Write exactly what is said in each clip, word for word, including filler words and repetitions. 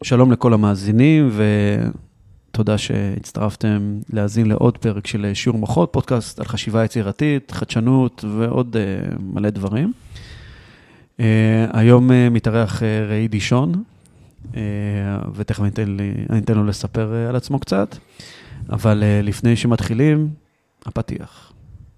שלום לכל המאזינים, ותודה שהצטרפתם להאזין לעוד פרק של שיעור מוחות, פודקאסט על חשיבה יצירתית, חדשנות ועוד מלא דברים. היום מתארח ראי דישון, ותכף אני אתן לו לספר על עצמו קצת, אבל לפני שמתחילים, הפתיח.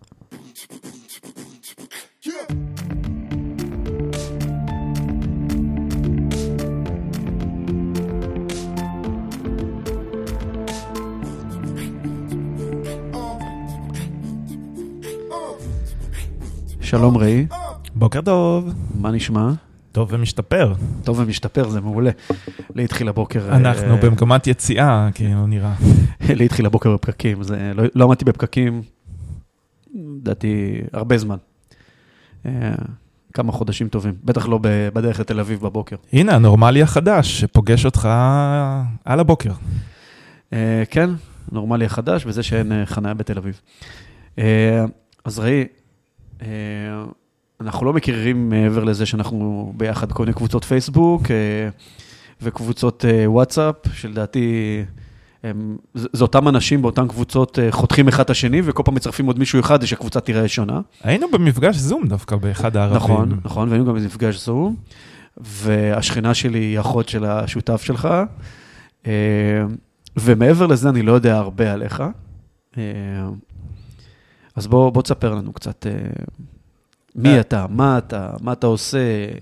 שלום ראי. בוקר טוב. מה נשמע? טוב ומשתפר. טוב ומשתפר, זה מעולה. להתחיל הבוקר... אנחנו במגמת יציאה, כאילו נראה. להתחיל הבוקר בפקקים. זה, לא, לא עמדתי בפקקים, דעתי, הרבה זמן. כמה חודשים טובים. בטח לא בדרך לתל אביב בבוקר. הנה, הנורמלי החדש, שפוגש אותך על הבוקר. כן, נורמלי החדש, וזה שאין חניה בתל אביב. אז ראי, אנחנו לא מכירים מעבר לזה שאנחנו ביחד כל מיני קבוצות פייסבוק וקבוצות וואטסאפ, שלדעתי זה אותם אנשים באותן קבוצות חותכים אחד את השני, וכל פעם מצרפים עוד מישהו אחד, שהקבוצה תראה שונה. היינו במפגש זום דווקא באחד הערבים. נכון, נכון, והיינו גם במפגש זום, והשכנה שלי היא אחות של השותף שלך, ומעבר לזה אני לא יודע הרבה עליך. אז בוא, בוא תספר לנו קצת, מי אתה, מה אתה, מה אתה עושה,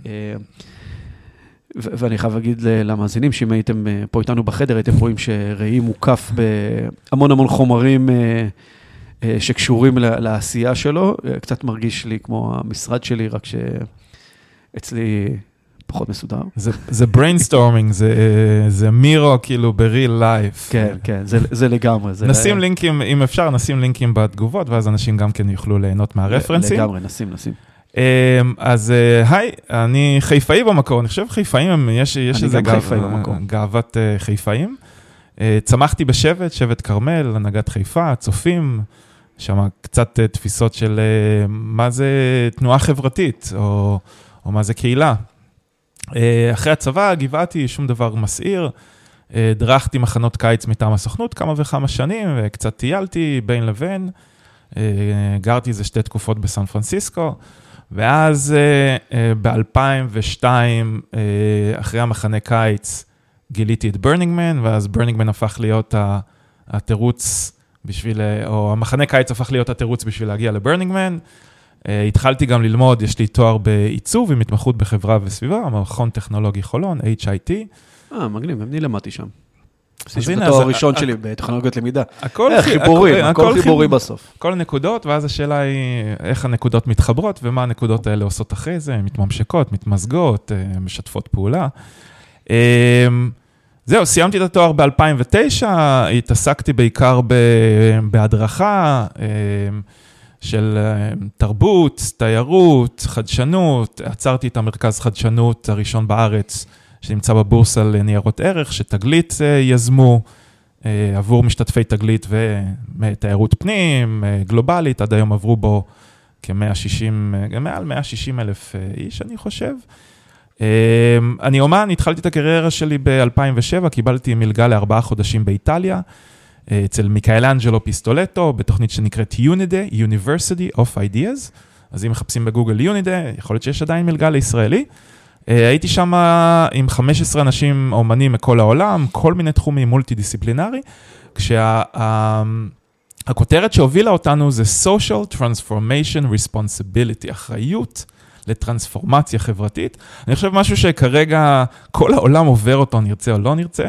ו- ואני חייב להגיד למאזינים, שאם הייתם פה איתנו בחדר, הייתם רואים שראי מוקף בהמון המון חומרים שקשורים לעשייה שלו, קצת מרגיש לי כמו המשרד שלי, רק שאצלי פחות מסודר. זה, זה brainstorming, זה, זה מירו כאילו ב-real life. כן, כן, זה, זה לגמרי. זה נשים לה... לינקים, אם אפשר, נשים לינקים בתגובות, ואז אנשים גם כן יוכלו ליהנות מהרפרנסים. לגמרי, נשים, נשים. אז היי, אני חיפאי במקור, אני חושב חיפאים, יש, יש איזה גאו, גאוות חיפאים. צמחתי בשבט, שבט קרמל, הנהגת חיפה, צופים, שם קצת תפיסות של מה זה תנועה חברתית, או, או מה זה קהילה. אחרי הצבא, גבעתי, שום דבר מסעיר, דרכתי מחנות קיץ מטעם הסוכנות כמה וכמה שנים, וקצת טיילתי בין לבין, גרתי איזה שתי תקופות בסן פרנסיסקו, ואז ב-אלפיים ושתיים, אחרי המחנה קיץ, גיליתי את ברנינג מן, ואז ברנינג מן הפך להיות התירוץ בשביל, או המחנה קיץ הפך להיות התירוץ בשביל להגיע לברנינג מן, התחלתי גם ללמוד, יש לי תואר בעיצוב עם התמחות בחברה וסביבה, המכון טכנולוגי חולון, אייץ' איי טי. אה, מגניב, אני למדתי שם. עשיתי את התואר הראשון שלי בטכנולוגיות למידה. הכל חיבורים, הכל חיבורי בסוף. כל נקודות, ואז השאלה היא איך הנקודות מתחברות, ומה הנקודות האלה עושות אחרי זה, מתממשקות, מתמזגות, משתפות פעולה. זהו, סיימתי את התואר ב-אלפיים ותשע, התעסקתי בעיקר בהדרכה, של תרבות, תיירות, חדשנות, עצרתי את המרכז חדשנות הראשון בארץ, שנמצא בבורסה לניירות ערך, שתגלית יזמו עבור משתתפי תגלית ותיירות פנים, גלובלית, עד היום עברו בו כ-מאה ושישים, מעל מאה ושישים אלף איש, אני חושב. אני אומן, התחלתי את הקריירה שלי ב-אלפיים ושבע, קיבלתי מלגה לארבעה חודשים באיטליה, אצל מיכאלנג'לו פיסטולטו, בתוכנית שנקראת יונידה, University of Ideas, אז אם מחפשים בגוגל יונידה, יכול להיות שיש עדיין מלגה לישראלי. הייתי שם עם חמישה עשר אנשים אומנים מכל העולם, כל מיני תחומים מולטי-דיסציפלינרי, כשהכותרת שהובילה אותנו זה Social Transformation Responsibility, אחריות לטרנספורמציה חברתית. אני חושב משהו שכרגע כל העולם עובר אותו, נרצה או לא נרצה.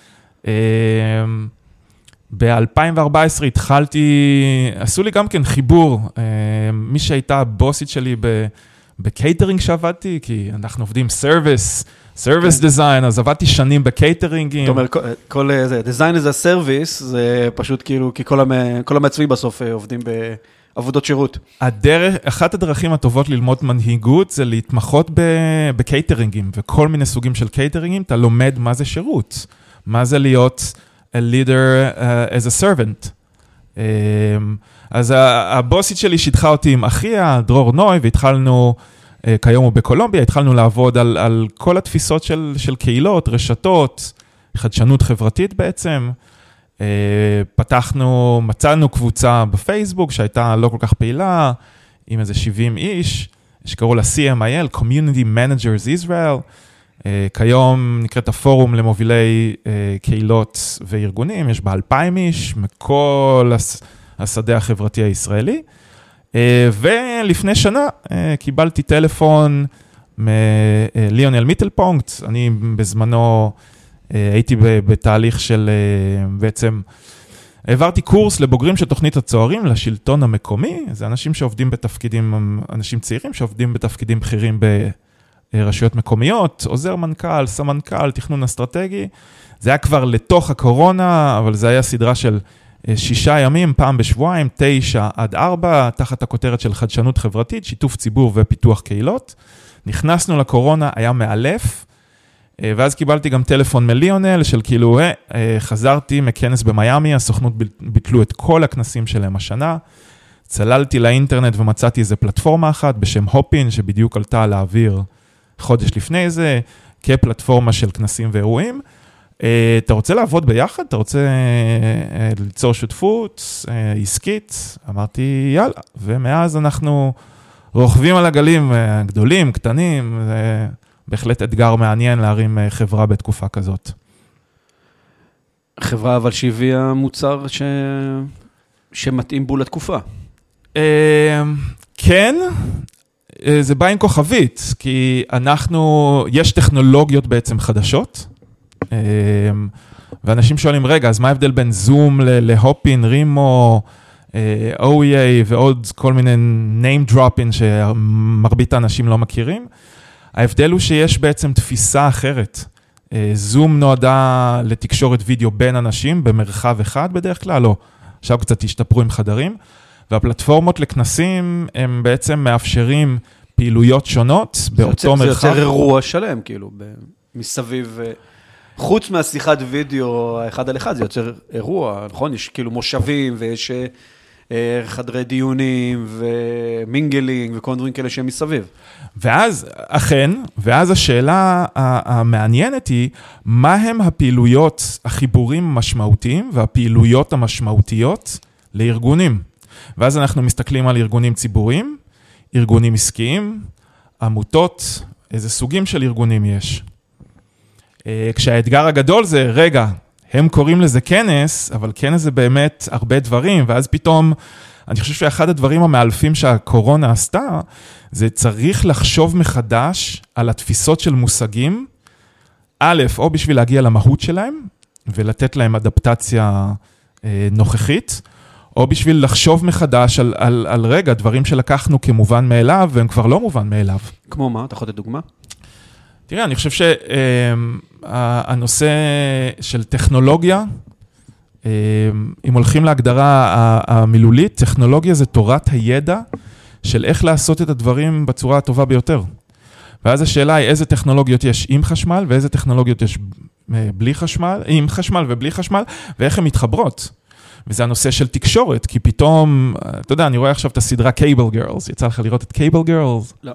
ב-אלפיים וארבע עשרה התחלתי, עשו לי גם כן חיבור, מי שהייתה הבוסית שלי בקייטרינג שעבדתי, כי אנחנו עובדים סרוויס, סרוויס דיזיין, אז עבדתי שנים בקייטרינגים. זאת אומרת, כל זה, דיזיין is a service, זה פשוט כאילו, כי כל המעצבים בסוף עובדים בעבודות שירות. הדרך, אחת הדרכים הטובות ללמוד מנהיגות, זה להתמחות בקייטרינגים, וכל מיני סוגים של קייטרינגים, אתה לומד מה זה שירות, מה זה להיות a leader uh, as a servant. Um, אז הבוסית שלי שיתחה אותי עם אחיה, דרור נוי, והתחלנו, uh, כיום הוא בקולומביה, התחלנו לעבוד על, על כל התפיסות של, של קהילות, רשתות, חדשנות חברתית בעצם. פתחנו, מצאנו קבוצה בפייסבוק שהייתה לא כל כך פעילה, עם איזה שבעים איש, שקראו לה סי אם איי אל, Community Managers Israel. כיום נקראת הפורום למובילי קהילות וארגונים, יש בה אלפיים איש מכל השדה החברתי הישראלי. ולפני שנה קיבלתי טלפון מליונל מיטלפונקט, אני בזמנו הייתי בתהליך של בעצם, העברתי קורס לבוגרים של תוכנית הצוערים לשלטון המקומי, זה אנשים שעובדים בתפקידים, אנשים צעירים שעובדים בתפקידים בכירים ברשויות מקומיות, עוזר מנכ"ל, סמנכ"ל, תכנון אסטרטגי, זה היה כבר לתוך הקורונה, אבל זה היה סדרה של שישה ימים, פעם בשבועיים, תשע עד ארבע, תחת הכותרת של חדשנות חברתית, שיתוף ציבור ופיתוח קהילות. נכנסנו לקורונה, היה מאלף, ואז קיבלתי גם טלפון מליונל של כאילו, חזרתי מכנס במיימי, הסוכנות ביטלו את כל הכנסים שלהם השנה, צללתי לאינטרנט ומצאתי איזו פלטפורמה אחת בשם הופין, שבדיוק עלתה לאוויר חודש לפני זה, כפלטפורמה של כנסים ואירועים. אתה רוצה לעבוד ביחד? אתה רוצה ליצור שותפות עסקית? אמרתי, יאללה. ומאז אנחנו רוכבים על הגלים גדולים, קטנים, זה בהחלט אתגר מעניין להרים חברה בתקופה כזאת. חברה אבל שהביאה מוצר ש... שמתאים בו לתקופה. כן, זה בא עם כוכבית, כי אנחנו, יש טכנולוגיות בעצם חדשות, ואנשים שואלים, רגע, אז מה ההבדל בין זום להופין, רימו, או אי איי ועוד כל מיני name dropping שמרבית האנשים לא מכירים? ההבדל הוא שיש בעצם תפיסה אחרת. זום נועדה לתקשורת וידאו בין אנשים במרחב אחד בדרך כלל, לא. עכשיו קצת השתפרו עם חדרים, והפלטפורמות לכנסים הם בעצם מאפשרים פעילויות שונות באותו מרחב. זה יותר אירוע שלם, כאילו, מסביב, חוץ מהשיחת וידאו אחד על אחד, זה יותר אירוע, נכון? יש כאילו מושבים ויש חדרי דיונים ומינגלינג וכל דברים כאלה שהם מסביב. ואז, אכן, ואז השאלה המעניינת היא, מה הם הפעילויות, החיבורים המשמעותיים והפעילויות המשמעותיות לארגונים? ואז אנחנו מסתכלים על ארגונים ציבוריים, ארגונים עסקיים, עמותות, איזה סוגים של ארגונים יש. כשהאתגר הגדול זה, רגע, הם קוראים לזה כנס, אבל כנס זה באמת הרבה דברים, ואז פתאום, אני חושב שאחד הדברים המאלפים שהקורונה עשתה, זה צריך לחשוב מחדש על התפיסות של מושגים, א', או בשביל להגיע למהות שלהם, ולתת להם אדפטציה אה, נוכחית, או בשביל לחשוב מחדש על, על, על רגע, דברים שלקחנו כמובן מאליו, והם כבר לא מובן מאליו. כמו מה? אתה יכול לתת דוגמה? תראה, אני חושב שהנושא של טכנולוגיה, אם הולכים להגדרה המילולית, טכנולוגיה זה תורת הידע של איך לעשות את הדברים בצורה הטובה ביותר. ואז השאלה היא איזה טכנולוגיות יש עם חשמל, ואיזה טכנולוגיות יש בלי חשמל, עם חשמל ובלי חשמל, ואיך הן מתחברות. וזה הנושא של תקשורת, כי פתאום, אתה יודע, אני רואה עכשיו את הסדרה Cable Girls, יצא לך לראות את Cable Girls? לא.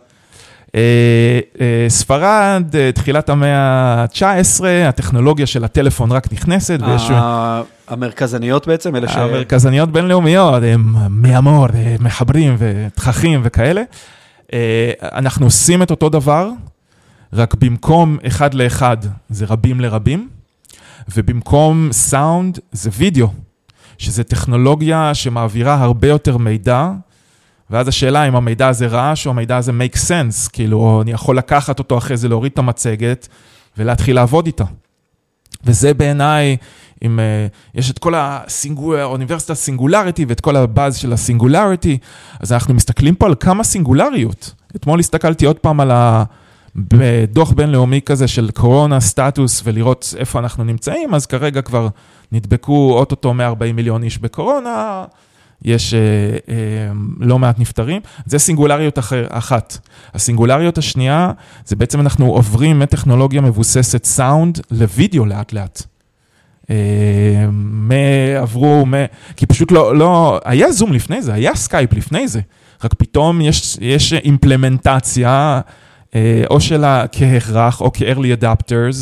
ספרד, תחילת המאה ה-תשע עשרה, הטכנולוגיה של הטלפון רק נכנסת. המרכזניות בעצם? המרכזניות בינלאומיות, הם מאמור, מחברים ותככים וכאלה. אנחנו עושים את אותו דבר, רק במקום אחד לאחד זה רבים לרבים, ובמקום סאונד זה וידאו, שזה טכנולוגיה שמעבירה הרבה יותר מידע, ואז השאלה אם המידע הזה רעש או המידע הזה make sense, כאילו אני יכול לקחת אותו אחרי זה, להוריד את המצגת ולהתחיל לעבוד איתה. וזה בעיניי, אם uh, יש את כל האוניברסיטה סינגולריטי ואת כל הבאז של הסינגולריטי, אז אנחנו מסתכלים פה על כמה סינגולריות. אתמול הסתכלתי עוד פעם על הדוח בינלאומי כזה של קורונה סטטוס ולראות איפה אנחנו נמצאים, אז כרגע כבר נדבקו אוטוטו מאה וארבעים מיליון איש בקורונה, יש אה, אה, לא מעט נפטרים, זה סינגולריות אחר, אחת. הסינגולריות השנייה, זה בעצם אנחנו עוברים מטכנולוגיה מבוססת סאונד לוידאו לאט לאט. אה, מעברו, מה, כי פשוט לא, לא, היה זום לפני זה, היה סקייפ לפני זה, רק פתאום יש, יש אימפלמנטציה, אה, או שלה כהכרח, או כ-early adapters,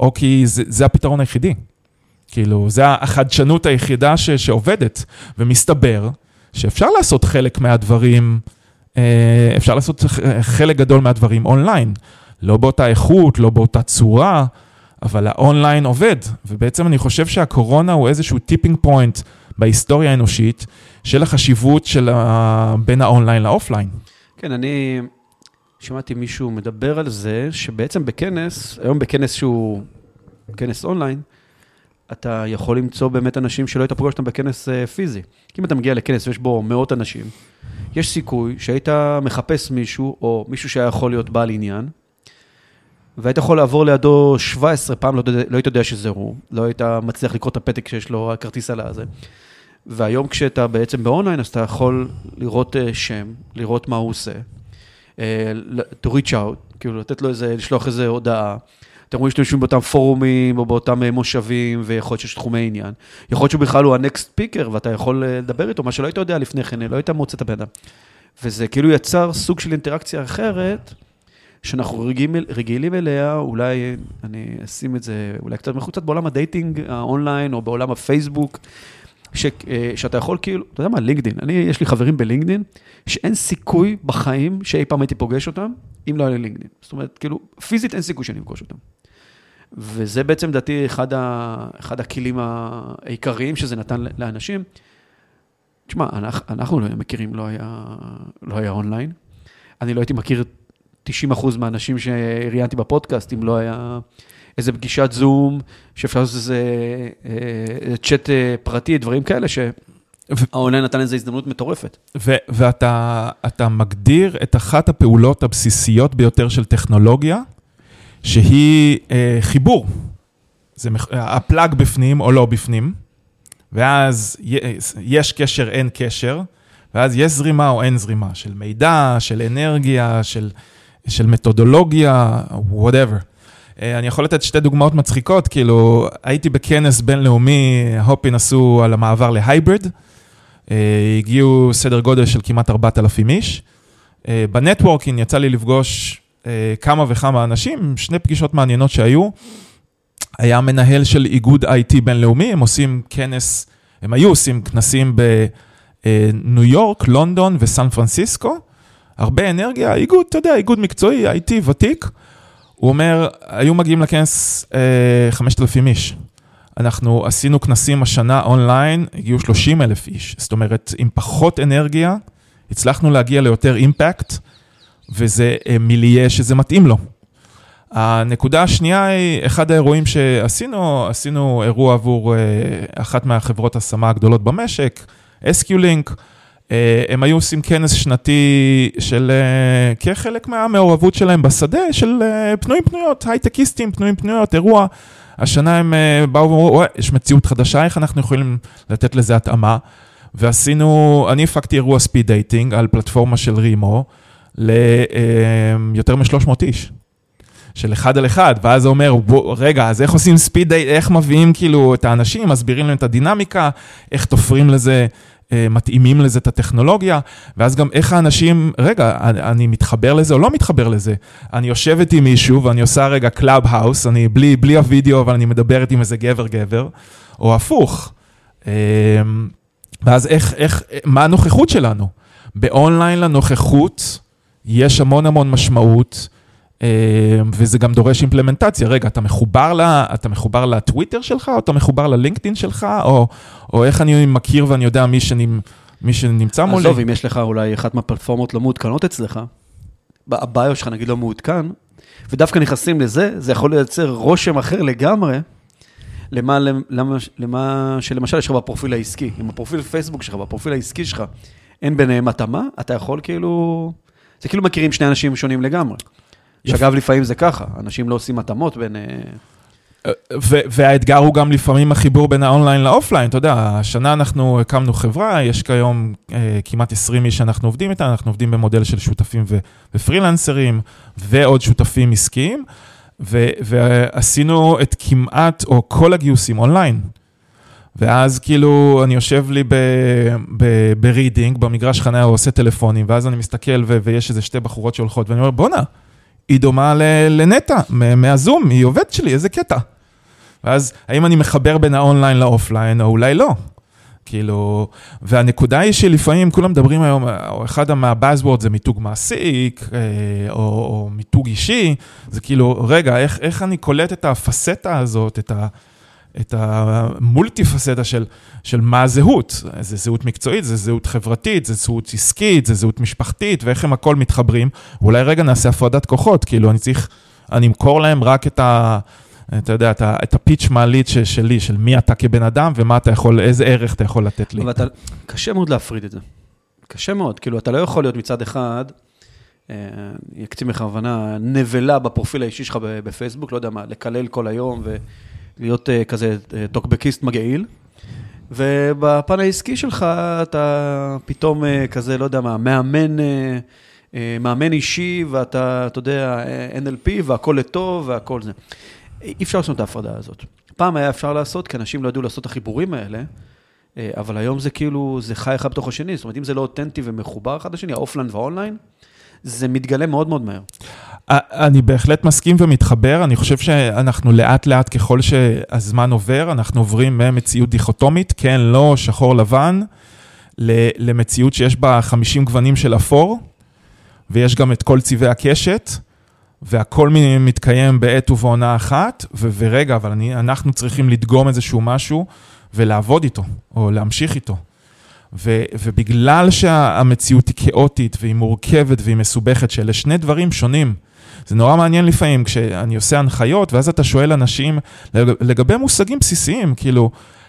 או כי זה, זה הפתרון היחידי. כאילו, זה החדשנות היחידה ש, שעובדת, ומסתבר שאפשר לעשות חלק מהדברים, אפשר לעשות חלק גדול מהדברים אונליין. לא באותה איכות, לא באותה צורה, אבל האונליין עובד. ובעצם אני חושב שהקורונה הוא איזשהו טיפינג פוינט בהיסטוריה האנושית, של החשיבות של ה... בין האונליין לאופליין. כן, אני שמעתי מישהו מדבר על זה, שבעצם בכנס, היום בכנס שהוא כנס אונליין, אתה יכול למצוא באמת אנשים שלא היית פוגש אותם בכנס פיזי. כי אם אתה מגיע לכנס ויש בו מאות אנשים, יש סיכוי שהיית מחפש מישהו, או מישהו שהיה יכול להיות בעל עניין, והיית יכול לעבור לידו שבע עשרה פעם, לא, לא היית יודע שזה הוא, לא היית מצליח לקרוא את הפתק שיש לו הכרטיס על הזה. והיום כשאתה בעצם באונליין, אז אתה יכול לראות שם, לראות מה הוא עושה, to reach out, כאילו לתת לו איזה, לשלוח איזה הודעה. אתם רואים שאתם יושבים באותם פורומים, או באותם מושבים, ויכול להיות שיש תחומי עניין. יכול להיות שהוא בכלל הוא הנקסט פיקר, ואתה יכול לדבר איתו, מה שלא היית יודע לפני כן, לא היית מוצא את הבן אדם. וזה כאילו יצר סוג של אינטראקציה אחרת, שאנחנו רגילים, רגילים אליה, אולי אני אשים את זה, אולי קצת מחוצת בעולם הדייטינג האונליין, או בעולם הפייסבוק, ש, שאתה יכול כאילו, אתה יודע מה, לינקדין, אני, יש לי חברים בלינקדין, שאין סיכוי בחיים שאי פעם הייתי פוגש אותם, אם לא היה לי לינקדין. זאת אומרת, כאילו, פיזית אין סיכוי שאני אפגוש אותם. וזה בעצם דעתי אחד, ה, אחד הכלים העיקריים שזה נתן לאנשים. תשמע, אנחנו, אנחנו לא מכירים, לא היה, לא היה אונליין. אני לא הייתי מכיר תשעים אחוז מהאנשים שהראיינתי בפודקאסט, אם לא היה איזה פגישת זום, שאפשר לעשות איזה צ'אט פרטי, דברים כאלה, שהאונליין נתן איזו הזדמנות מטורפת. ו- ואתה אתה מגדיר את אחת הפעולות הבסיסיות ביותר של טכנולוגיה, שהיא אה, חיבור. זה הפלאג בפנים או לא בפנים, ואז יש קשר, אין קשר, ואז יש זרימה או אין זרימה, של מידע, של אנרגיה, של, של מתודולוגיה, whatever. אני יכול לתת שתי דוגמאות מצחיקות, כאילו, הייתי בכנס בינלאומי, הופין עשו על המעבר להייבריד, הגיעו סדר גודל של כמעט ארבעת אלפים איש, בנטוורקינג יצא לי לפגוש כמה וכמה אנשים, שני פגישות מעניינות שהיו, היה מנהל של איגוד איי טי בינלאומי, הם עושים כנס, הם היו עושים כנסים בניו יורק, לונדון וסן פרנסיסקו, הרבה אנרגיה, איגוד, אתה יודע, איגוד מקצועי, איי טי ותיק, הוא אומר, היו מגיעים לכנס אה, חמשת אלפים איש. אנחנו עשינו כנסים השנה אונליין, הגיעו שלושים אלף איש. זאת אומרת, עם פחות אנרגיה, הצלחנו להגיע ליותר אימפקט, וזה אה, מיליה שזה מתאים לו. הנקודה השנייה היא, אחד האירועים שעשינו, עשינו אירוע עבור אה, אחת מהחברות השמה הגדולות במשק, אס קיו לינק, הם היו עושים כנס שנתי של, כחלק מהמעורבות שלהם בשדה, של פנויים פנויות, הייטקיסטים, פנויים פנויות, אירוע. השנה הם באו ואמרו, יש מציאות חדשה, איך אנחנו יכולים לתת לזה התאמה? ועשינו, אני הפקתי אירוע ספיד דייטינג על פלטפורמה של רימו, ליותר מ-שלוש מאות איש. של אחד על אחד, ואז זה אומר, רגע, אז איך עושים ספיד דייט, איך מביאים כאילו את האנשים, מסבירים להם את הדינמיקה, איך תופרים לזה, מתאימים לזה את הטכנולוגיה, ואז גם איך האנשים, רגע, אני מתחבר לזה או לא מתחבר לזה, אני יושבת עם מישהו ואני עושה רגע קלאב האוס, אני בלי, בלי הוידאו, אבל אני מדברת עם איזה גבר גבר, או הפוך. ואז איך, איך, מה הנוכחות שלנו? באונליין לנוכחות יש המון המון משמעות, וזה גם דורש אימפלמנטציה. רגע, אתה מחובר לה, אתה מחובר לטוויטר שלך, או אתה מחובר ללינקדאין שלך, או, או איך אני מכיר ואני יודע מי, שנמ, מי שנמצא מולי. עזוב, אם יש לך אולי אחת מהפלטפורמות לא מעודכנות אצלך, הביו שלך נגיד לא מעודכן, ודווקא נכנסים לזה, זה יכול לייצר רושם אחר לגמרי, למה, למה, למה שלמשל יש לך בפרופיל העסקי. אם הפרופיל פייסבוק שלך, בפרופיל העסקי שלך, אין ביניהם התאמה, אתה יכול כאילו, זה כאילו מכירים שני אנשים שונים לגמרי. שאגב, לפעמים זה ככה, אנשים לא עושים התאמות בין... והאתגר הוא גם לפעמים החיבור בין האונליין לאופליין, אתה יודע, השנה אנחנו הקמנו חברה, יש כיום כמעט עשרים איש שאנחנו עובדים איתה, אנחנו עובדים במודל של שותפים ופרילנסרים, ועוד שותפים עסקיים, ועשינו את כמעט, או כל הגיוסים אונליין, ואז כאילו אני יושב לי ברידינג, במגרש חניה, הוא עושה טלפונים, ואז אני מסתכל ויש איזה שתי בחורות שהולכות, ואני אומר, בוא נע, היא דומה לנטה, מהזום, היא עובדת שלי, איזה קטע. ואז האם אני מחבר בין האונליין לאופליין, או אולי לא. כאילו, והנקודה היא שלפעמים כולם מדברים היום, או אחד מהבאזוורד זה מיתוג מעסיק, או, או מיתוג אישי, זה כאילו, רגע, איך, איך אני קולט את הפסטה הזאת, את ה... את המולטי פסטה של, של מה הזהות, זה זהות מקצועית, זה זהות חברתית, זה זהות עסקית, זה זהות משפחתית, ואיך הם הכל מתחברים, ואולי רגע נעשה הפרדת כוחות, כאילו אני צריך, אני אמכור להם רק את ה... אתה יודע, את הפיץ' מעלית שלי, של מי אתה כבן אדם, ומה אתה יכול, איזה ערך אתה יכול לתת לי. אבל אתה, קשה מאוד להפריד את זה. קשה מאוד, כאילו, אתה לא יכול להיות מצד אחד, יקצים לך הבנה, נבלה בפרופיל האישי שלך בפייסבוק, לא יודע מה, לקלל כל היום, ולהיות כזה טוקבקיסט מגעיל, ובפן העסקי שלך, אתה פתאום כזה, לא יודע מה, מאמן, מאמן אישי, ואתה, אתה יודע, אן אל פי, והכל לטוב, והכל זה. אי אפשר לעשות את ההפרדה הזאת. פעם היה אפשר לעשות, כי אנשים לא ידעו לעשות את החיבורים האלה, אבל היום זה כאילו, זה חי אחד בתוך השני, זאת אומרת, אם זה לא אותנטי ומחובר אחד לשני, האופליין והאונליין, זה מתגלה מאוד מאוד מהר. אני בהחלט מסכים ומתחבר, אני חושב שאנחנו לאט לאט ככל שהזמן עובר, אנחנו עוברים ממציאות דיכוטומית, כן, לא, שחור לבן, למציאות שיש בה חמישים גוונים של אפור, ויש גם את כל צבעי הקשת, והכל מתקיים בעת ובעונה אחת, ו- ורגע, אבל אני, אנחנו צריכים לדגום איזשהו משהו, ולעבוד איתו, או להמשיך איתו. ו- ובגלל שהמציאות היא כאוטית, והיא מורכבת, והיא מסובכת, שאלה שני דברים שונים. זה נורא מעניין לפעמים, כשאני עושה הנחיות, ואז אתה שואל אנשים, לגבי מושגים בסיסיים, כאילו,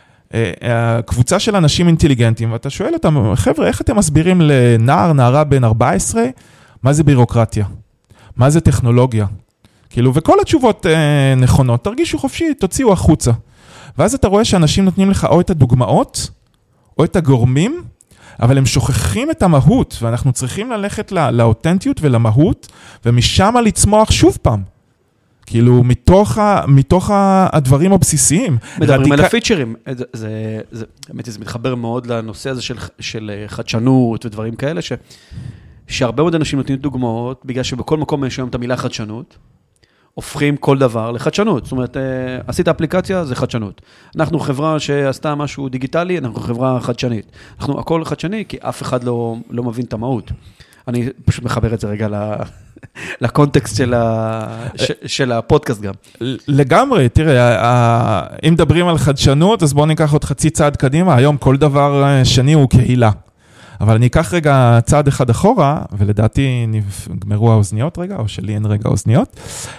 הקבוצה של אנשים אינטליגנטים, ואתה שואל אותם, חבר'ה, איך אתם מסבירים לנער, נערה בן ארבע עשרה, מה זה בירוקרטיה? מה זה טכנולוגיה? כאילו, וכל התשובות אה, נכונות, תרגישו חופשי, תוציאו החוצה. ואז אתה רואה שאנשים נותנים לך או את הדוגמאות, או את הגורמים, אבל הם שוכחים את המהות, ואנחנו צריכים ללכת לא, לאותנטיות ולמהות, ומשם לצמוח שוב פעם. כאילו, מתוך, ה, מתוך ה, הדברים הבסיסיים. מדברים רדיקה... על הפיצ'רים. זה, זה, זה, באמת, זה מתחבר מאוד לנושא הזה של, של חדשנות ודברים כאלה, ש... שהרבה מאוד אנשים נותנים דוגמאות, בגלל שבכל מקום יש היום את המילה חדשנות, הופכים כל דבר לחדשנות. זאת אומרת, עשית אפליקציה, זה חדשנות. אנחנו חברה שעשתה משהו דיגיטלי, אנחנו חברה חדשנית. אנחנו הכל חדשני, כי אף אחד לא, לא מבין את המהות. אני פשוט מחבר את זה רגע לקונטקסט של, ה, ש, של הפודקאסט גם. לגמרי, תראה, אם מדברים על חדשנות, אז בואו ניקח עוד חצי צעד קדימה. היום כל דבר שני הוא קהילה. אבל אני אקח רגע צעד אחד אחורה, ולדעתי נגמרו האוזניות רגע, או שלי אין רגע האוזניות.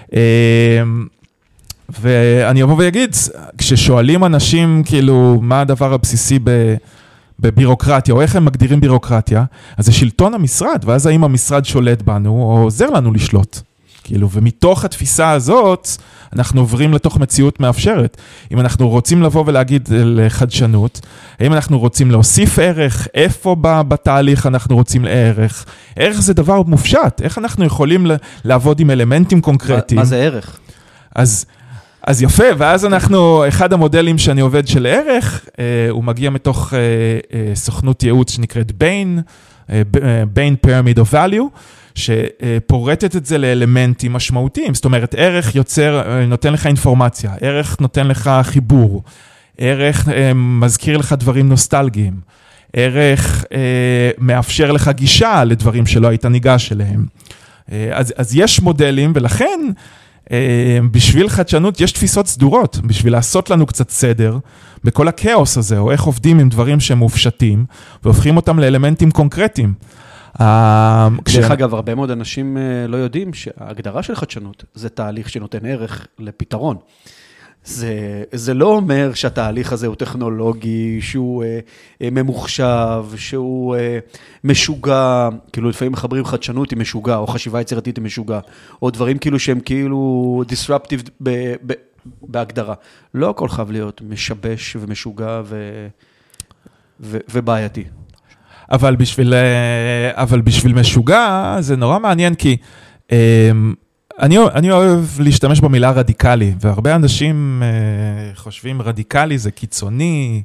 ואני אבוא ויגיד, כששואלים אנשים, כאילו, מה הדבר הבסיסי בבירוקרטיה, או איך הם מגדירים בירוקרטיה, אז זה שלטון המשרד, ואז האם המשרד שולט בנו, או עוזר לנו לשלוט. כאילו, ומתוך התפיסה הזאת, אנחנו עוברים לתוך מציאות מאפשרת. אם אנחנו רוצים לבוא ולהגיד לחדשנות, האם אנחנו רוצים להוסיף ערך, איפה בתהליך אנחנו רוצים לערך, ערך זה דבר מופשט, איך אנחנו יכולים לעבוד עם אלמנטים קונקרטיים. מה זה ערך? אז, אז יפה, ואז אנחנו, אחד המודלים שאני עובד של ערך, הוא מגיע מתוך סוכנות ייעוץ שנקראת Bain, Bain Pyramid of Value, שפורטת את זה לאלמנטים משמעותיים, זאת אומרת, ערך יוצר, נותן לך אינפורמציה, ערך נותן לך חיבור, ערך מזכיר לך דברים נוסטלגיים, ערך מאפשר לך גישה לדברים שלא היית ניגש אליהם. אז, אז יש מודלים, ולכן בשביל חדשנות יש תפיסות סדורות, בשביל לעשות לנו קצת סדר בכל הכאוס הזה, או איך עובדים עם דברים שהם מופשטים, והופכים אותם לאלמנטים קונקרטיים. דרך אגב, הרבה מאוד אנשים לא יודעים שההגדרה של חדשנות זה תהליך שנותן ערך לפתרון. זה, זה לא אומר שהתהליך הזה הוא טכנולוגי, שהוא אה, ממוחשב, שהוא אה, משוגע, כאילו לפעמים מחברים חדשנות עם משוגע, או חשיבה יצירתית עם משוגע, או דברים כאילו שהם כאילו disruptive ב, ב, בהגדרה. לא הכל חייב להיות משבש ומשוגע ו, ו, ובעייתי. אבל בשביל, אבל בשביל משוגע זה נורא מעניין, כי אני, אני אוהב להשתמש במילה רדיקלי, והרבה אנשים חושבים רדיקלי זה קיצוני,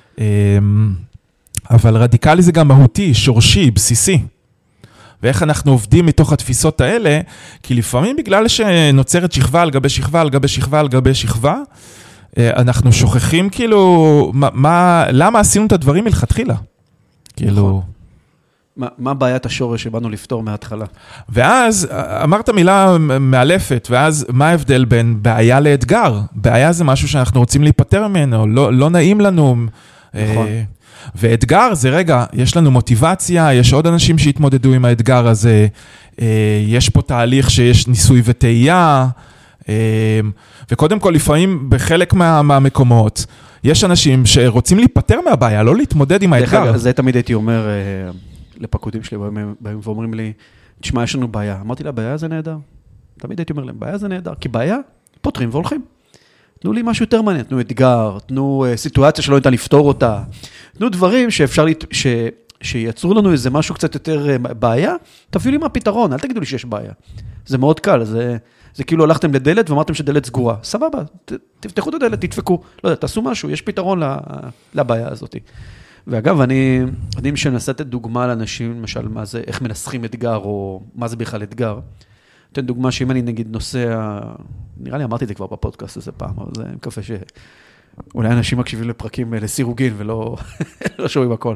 אבל רדיקלי זה גם מהותי, שורשי, בסיסי. ואיך אנחנו עובדים מתוך התפיסות האלה, כי לפעמים בגלל שנוצרת שכבה על גבי שכבה על גבי שכבה על גבי שכבה, אנחנו שוכחים כאילו, מה, מה, למה עשינו את הדברים מלכתחילה? כאילו... מה, מה בעיית השורש שבאנו לפתור מההתחלה? ואז, אמרת מילה מאלפת, ואז מה ההבדל בין בעיה לאתגר? בעיה זה משהו שאנחנו רוצים להיפטר ממנו, לא, לא נעים לנו. נכון. ואתגר זה רגע, יש לנו מוטיבציה, יש עוד אנשים שהתמודדו עם האתגר הזה, יש פה תהליך שיש ניסוי וטעייה, וקודם כל לפעמים בחלק מה, מהמקומות, יש אנשים שרוצים להיפטר מהבעיה, לא להתמודד עם האתגר. זה תמיד הייתי אומר לפקודים שלי, באים ואומרים לי, תשמע, יש לנו בעיה. אמרתי לה, בעיה זה נהדר. תמיד הייתי אומר להם, בעיה זה נהדר, כי בעיה פותרים והולכים. תנו לי משהו יותר מעניין, תנו אתגר, תנו סיטואציה שלא ניתן לפתור אותה, תנו דברים שאפשר, ש... שיצרו לנו איזה משהו קצת יותר בעיה, תביאו לי מה הפתרון, אל תגידו לי שיש בעיה. זה מאוד קל, זה, זה כאילו הלכתם לדלת ואמרתם שדלת סגורה. סבבה, ת, תפתחו את הדלת, תדפקו, לא יודע, תעשו משהו, יש פתרון לבעיה הזאת. ואגב, אני, אני מנסה לתת דוגמה לאנשים, למשל, מה זה, איך מנסחים אתגר, או מה זה בכלל אתגר. אתן דוגמה שאם אני נגיד נושא, נראה לי אמרתי את זה כבר בפודקאסט איזה פעם, אבל אני מקווה שאולי אנשים מקשיבים לפרקים לסירוגין ולא לא שומעים הכל.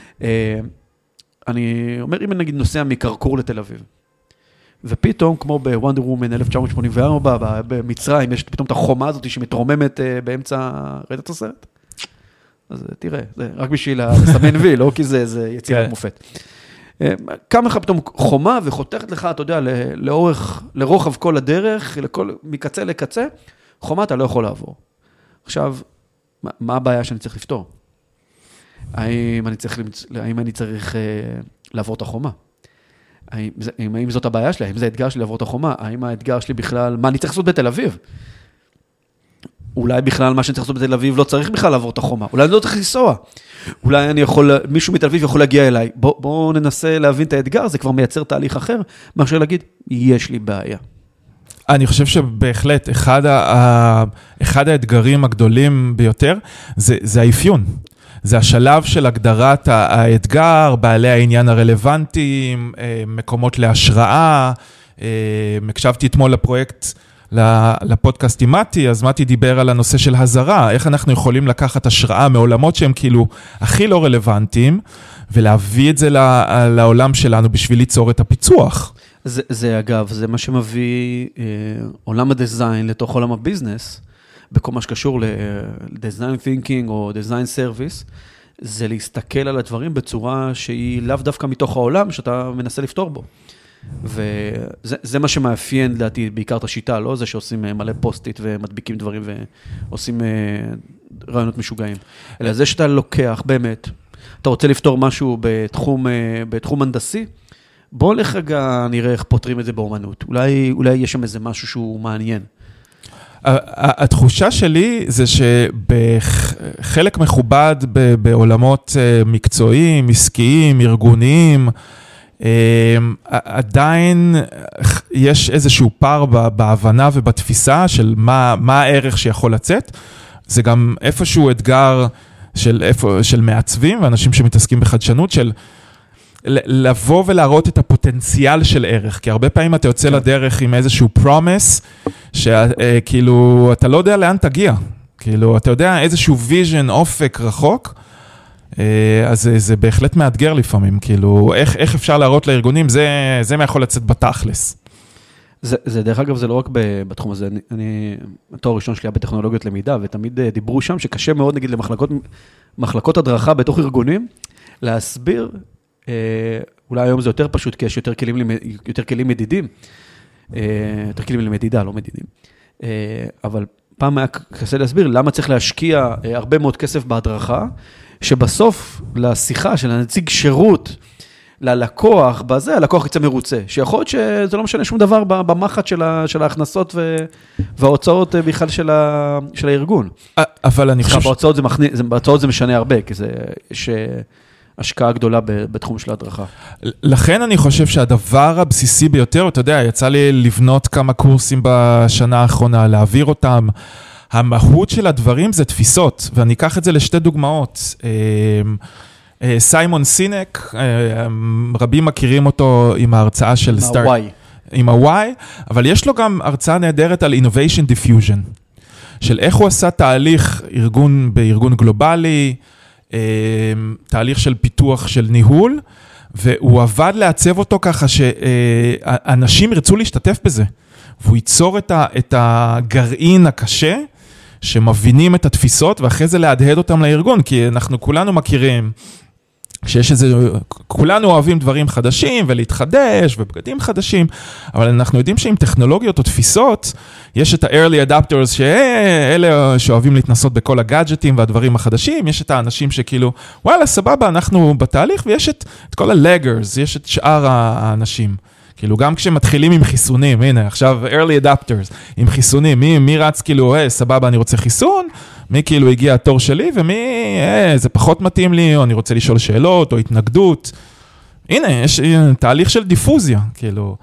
אני אומר, אם אני נגיד נוסע מקרקור לתל אביב, ופתאום, כמו בוונדר וומן אלף תשע מאות שמונים וארבע, במצרים, יש פתאום את החומה הזאת שמתרוממת באמצע, ראית את הסרט? אז תראה, זה רק בשביל לסמן וי, לא כי זה, זה יצירת מופת. קם לך פתאום חומה וחותכת לך, אתה יודע, לאורך, לרוחב כל הדרך, לכל, מקצה לקצה, חומה אתה לא יכול לעבור. עכשיו, מה, מה הבעיה שאני צריך לפתור? האם אני צריך, האם אני צריך לעבור את החומה? האם, האם זאת הבעיה שלי? האם זה האתגר שלי לעבור את החומה? האם האתגר שלי בכלל, מה אני צריך לעשות בתל אביב? אולי בכלל מה שאני צריך לעשות בתל אביב לא צריך בכלל לעבור את החומה. אולי אני לא צריך לנסוע. אולי אני יכול, מישהו מתל אביב יכול להגיע אליי. בוא, בוא ננסה להבין את האתגר, זה כבר מייצר תהליך אחר, מאשר להגיד, יש לי בעיה. אני חושב שבהחלט אחד, ה, אחד האתגרים הגדולים ביותר, זה, זה האפיון. זה השלב של הגדרת האתגר, בעלי העניין הרלוונטיים, מקומות להשראה. הקשבתי אתמול לפרויקט, לפודקאסט עם מתי, אז מתי דיבר על הנושא של הזרה, איך אנחנו יכולים לקחת השראה מעולמות שהם כאילו הכי לא רלוונטיים, ולהביא את זה לעולם שלנו בשביל ליצור את הפיצוח. זה, זה אגב, זה מה שמביא אה, עולם הדיזיין לתוך עולם הביזנס, בכל מה שקשור ל-design thinking או design service, זה להסתכל על הדברים בצורה שהיא לאו דווקא מתוך העולם שאתה מנסה לפתור בו. וזה זה מה שמאפיין לדעתי בעיקר את השיטה, לא זה שעושים מלא פוסטית ומדביקים דברים ועושים רעיונות משוגעים, אלא זה שאתה לוקח באמת, אתה רוצה לפתור משהו בתחום, בתחום הנדסי, בוא לרגע נראה איך פותרים את זה באומנות, אולי, אולי יש שם איזה משהו שהוא מעניין. התחושה שלי זה שבחלק מכובד בעולמות מקצועיים, עסקיים, ארגוניים, עדיין יש איזשהו פער בהבנה ובתפיסה של מה, מה הערך שיכול לצאת. זה גם איפשהו אתגר של, איפה, של מעצבים ואנשים שמתעסקים בחדשנות של לבוא ולהראות את הפוטנציאל של ערך, כי הרבה פעמים אתה יוצא לדרך עם איזשהו פרומס, שכאילו אתה לא יודע לאן תגיע, כאילו אתה יודע איזשהו ויז'ן, אופק רחוק, אז זה, זה בהחלט מאתגר לפעמים, כאילו איך, איך אפשר להראות לארגונים, זה, זה מה יכול לצאת בתכלס. זה, זה דרך אגב, זה לא רק בתחום הזה, אני, אני, התואר הראשון שלי היה בטכנולוגיות למידה, ותמיד דיברו שם שקשה מאוד, נגיד, למחלקות, מחלקות הדרכה בתוך ארגונים, להסביר, אולי היום זה יותר פשוט, כי יש יותר כלים, יותר כלים מדידים, יותר כלים למדידה, לא מדידים. אבל פעם היה קשה להסביר למה צריך להשקיע הרבה מאוד כסף בהדרכה, שבסוף לשיחה של הנציג שירות, ללקוח, בזה, הלקוח יצא מרוצה, שיכול להיות שזה לא משנה שום דבר במחת של ההכנסות וההוצאות בכלל של הארגון. אבל אני חושב... בהוצאות זה משנה הרבה, כי זה... השקעה גדולה בתחום של ההדרכה. לכן אני חושב שהדבר הבסיסי ביותר, אתה יודע, יצא לי לבנות כמה קורסים בשנה האחרונה, להעביר אותם. המהות של הדברים זה תפיסות, ואני אקח את זה לשתי דוגמאות. סיימון סינק, רבים מכירים אותו עם ההרצאה של ה-Y. עם ה-Y, אבל יש לו גם הרצאה נהדרת על Innovation Diffusion. של איך הוא עשה תהליך ארגון, בארגון גלובלי, תהליך של פיתוח של ניהול, והוא עבד לעצב אותו ככה שאנשים ירצו להשתתף בזה, והוא ייצור את הגרעין הקשה, שמבינים את התפיסות, ואחרי זה להדהד אותם לארגון, כי אנחנו כולנו מכירים, שיש איזה, כולנו אוהבים דברים חדשים, ולהתחדש, ובגדים חדשים, אבל אנחנו יודעים שעם טכנולוגיות או תפיסות, יש את ה-early adapters, שאלה שאוהבים להתנסות בכל הגאדג'טים והדברים החדשים, יש את האנשים שכאילו, וואלה, סבבה, אנחנו בתהליך, ויש את, את כל ה-laggers, יש את שאר האנשים. כאילו, גם כשמתחילים עם חיסונים, הנה, עכשיו, early adapters, עם חיסונים, מי, מי רץ כאילו, אה, סבבה, אני רוצה חיסון, מי כאילו הגיע התור שלי, ומי, אה, זה פחות מתאים לי, או אני רוצה לשאול שאלות, או התנגדות. הנה, יש תהליך של דיפוזיה, כאילו.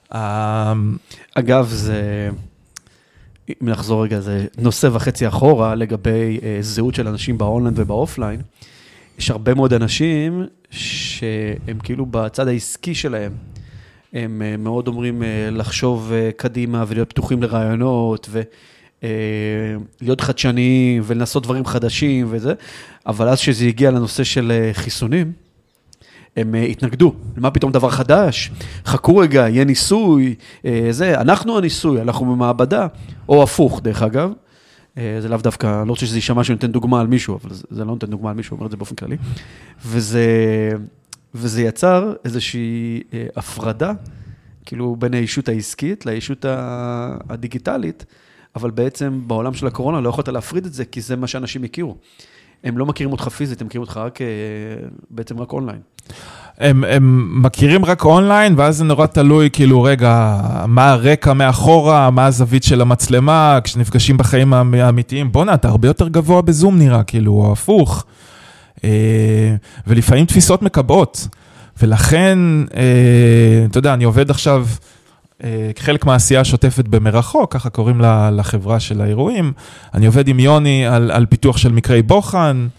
אגב, זה, אם נחזור רגע, זה נושא וחצי אחורה, לגבי אה, זהות של אנשים באונליין ובאופליין. יש הרבה מאוד אנשים, שהם כאילו בצד העסקי שלהם, הם מאוד אומרים לחשוב קדימה ולהיות פתוחים לרעיונות ולהיות חדשניים ולנסות דברים חדשים וזה, אבל אז שזה הגיע לנושא של חיסונים, הם התנגדו. למה פתאום דבר חדש? חכו רגע, יהיה ניסוי, זה, אנחנו הניסוי, אנחנו במעבדה, או הפוך דרך אגב, זה לאו דווקא, לא רוצה שזה יישמע שנותן דוגמה על מישהו, אבל זה לא נותן דוגמה על מישהו, אומר את זה באופן כללי, וזה... וזה יצר איזושהי הפרדה, כאילו בין האישות העסקית לאישות הדיגיטלית, אבל בעצם בעולם של הקורונה לא יכולת להפריד את זה, כי זה מה שאנשים הכירו. הם לא מכירים אותך פיזית, הם מכירים אותך רק, בעצם רק אונליין. הם, הם מכירים רק אונליין, ואז זה נורא תלוי, כאילו, רגע, מה הרקע מאחורה, מה הזווית של המצלמה, כשנפגשים בחיים האמיתיים, בוא נה, אתה הרבה יותר גבוה בזום נראה, כאילו, או הפוך. ולפעמים תפיסות מקבעות, ולכן, אתה יודע, אני עובד עכשיו, כחלק מהעשייה שוטפת במרחוק, ככה קוראים לחברה של האירועים, אני עובד עם יוני על, על פיתוח של מקרי בוחן,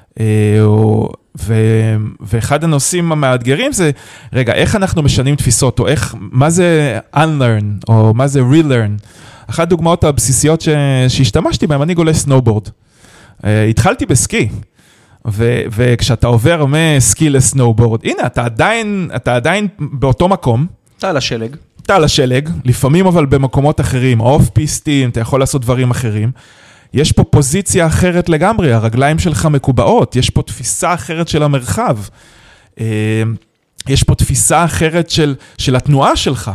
ו, ואחד הנושאים המאתגרים זה, רגע, איך אנחנו משנים תפיסות, או איך, מה זה unlearn, או מה זה relearn. אחת הדוגמאות הבסיסיות ש, שהשתמשתי בהן, אני גולה סנובורד. התחלתי בסקי, ו- וכשאתה עובר מסקי לסנובורד, הנה, אתה עדיין, אתה עדיין באותו מקום. אתה על השלג. אתה על השלג, לפעמים אבל במקומות אחרים, אוף פיסטים, אתה יכול לעשות דברים אחרים. יש פה פוזיציה אחרת לגמרי, הרגליים שלך מקובעות, יש פה תפיסה אחרת של המרחב, יש פה תפיסה אחרת של, של התנועה שלך.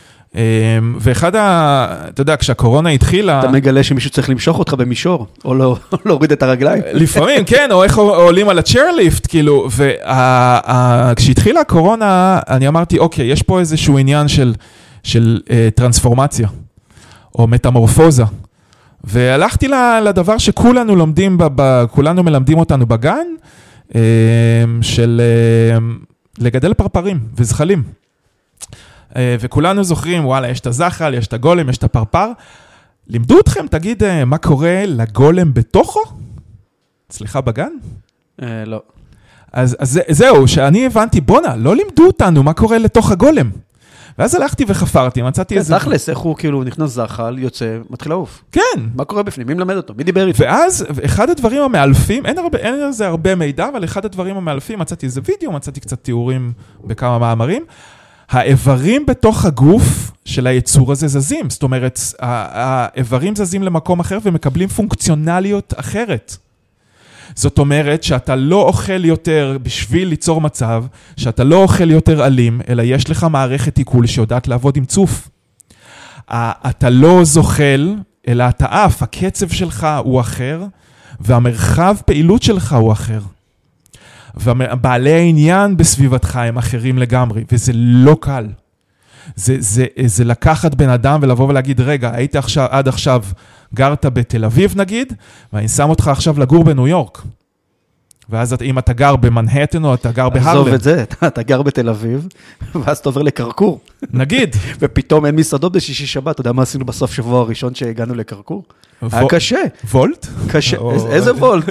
ואחד ה... אתה יודע, כשהקורונה התחילה... אתה מגלה שמישהו צריך למשוך אותך במישור, או לא, להוריד את הרגליים. לפעמים, כן, או איך עולים על הצ'יירליפט, כאילו, וכשהתחילה הקורונה, אני אמרתי, אוקיי, יש פה איזשהו עניין של, של טרנספורמציה, או מטמורפוזה, והלכתי לדבר שכולנו לומדים, כולנו מלמדים אותנו בגן, של לגדל פרפרים וזחלים. וכולנו זוכרים, וואלה, יש את הזחל, יש את הגולם, יש את הפרפר. לימדו אתכם, תגיד, מה קורה לגולם בתוכו? סליחה, בגן? לא. אז, אז זהו, שאני הבנתי, בונה, לא לימדו אותנו מה קורה לתוך הגולם. ואז הלכתי וחפרתי, מצאתי איזה... תכלס, איך הוא כאילו נכנס זחל, יוצא, מתחיל לעוף. כן. מה קורה בפנים? מי מלמד אותו? מי דיבר איתו? ואז, אחד הדברים המאלפים, אין הרבה, אין לזה הרבה מידע, אבל אחד הדברים המאלפים, מצאתי איזה וידאו, מצאתי קצת תיאורים בכמה מאמרים. האיברים בתוך הגוף של היצור הזה זזים, זאת אומרת, האיברים זזים למקום אחר ומקבלים פונקציונליות אחרת. זאת אומרת שאתה לא אוכל יותר בשביל ליצור מצב, שאתה לא אוכל יותר אלים, אלא יש לך מערכת עיכול שיודעת לעבוד עם צוף. אתה לא זוחל, אלא אתה אף, הקצב שלך הוא אחר, והמרחב פעילות שלך הוא אחר. ובעלי העניין בסביבתך הם אחרים לגמרי, וזה לא קל. זה, זה, זה לקחת בן אדם ולבוא ולהגיד, רגע, היית עכשיו, עד עכשיו גרת בתל אביב נגיד, ואני שם אותך עכשיו לגור בניו יורק. ואז אם אתה גר במנהטן או אתה גר בהרלם. עזוב את זה, אתה, אתה גר בתל אביב, ואז אתה עובר לקרקור. נגיד. ופתאום אין מסעדות בשישי שבת, אתה יודע מה עשינו בסוף שבוע הראשון שהגענו לקרקור? היה קשה. וולט? קשה, איזה וולט?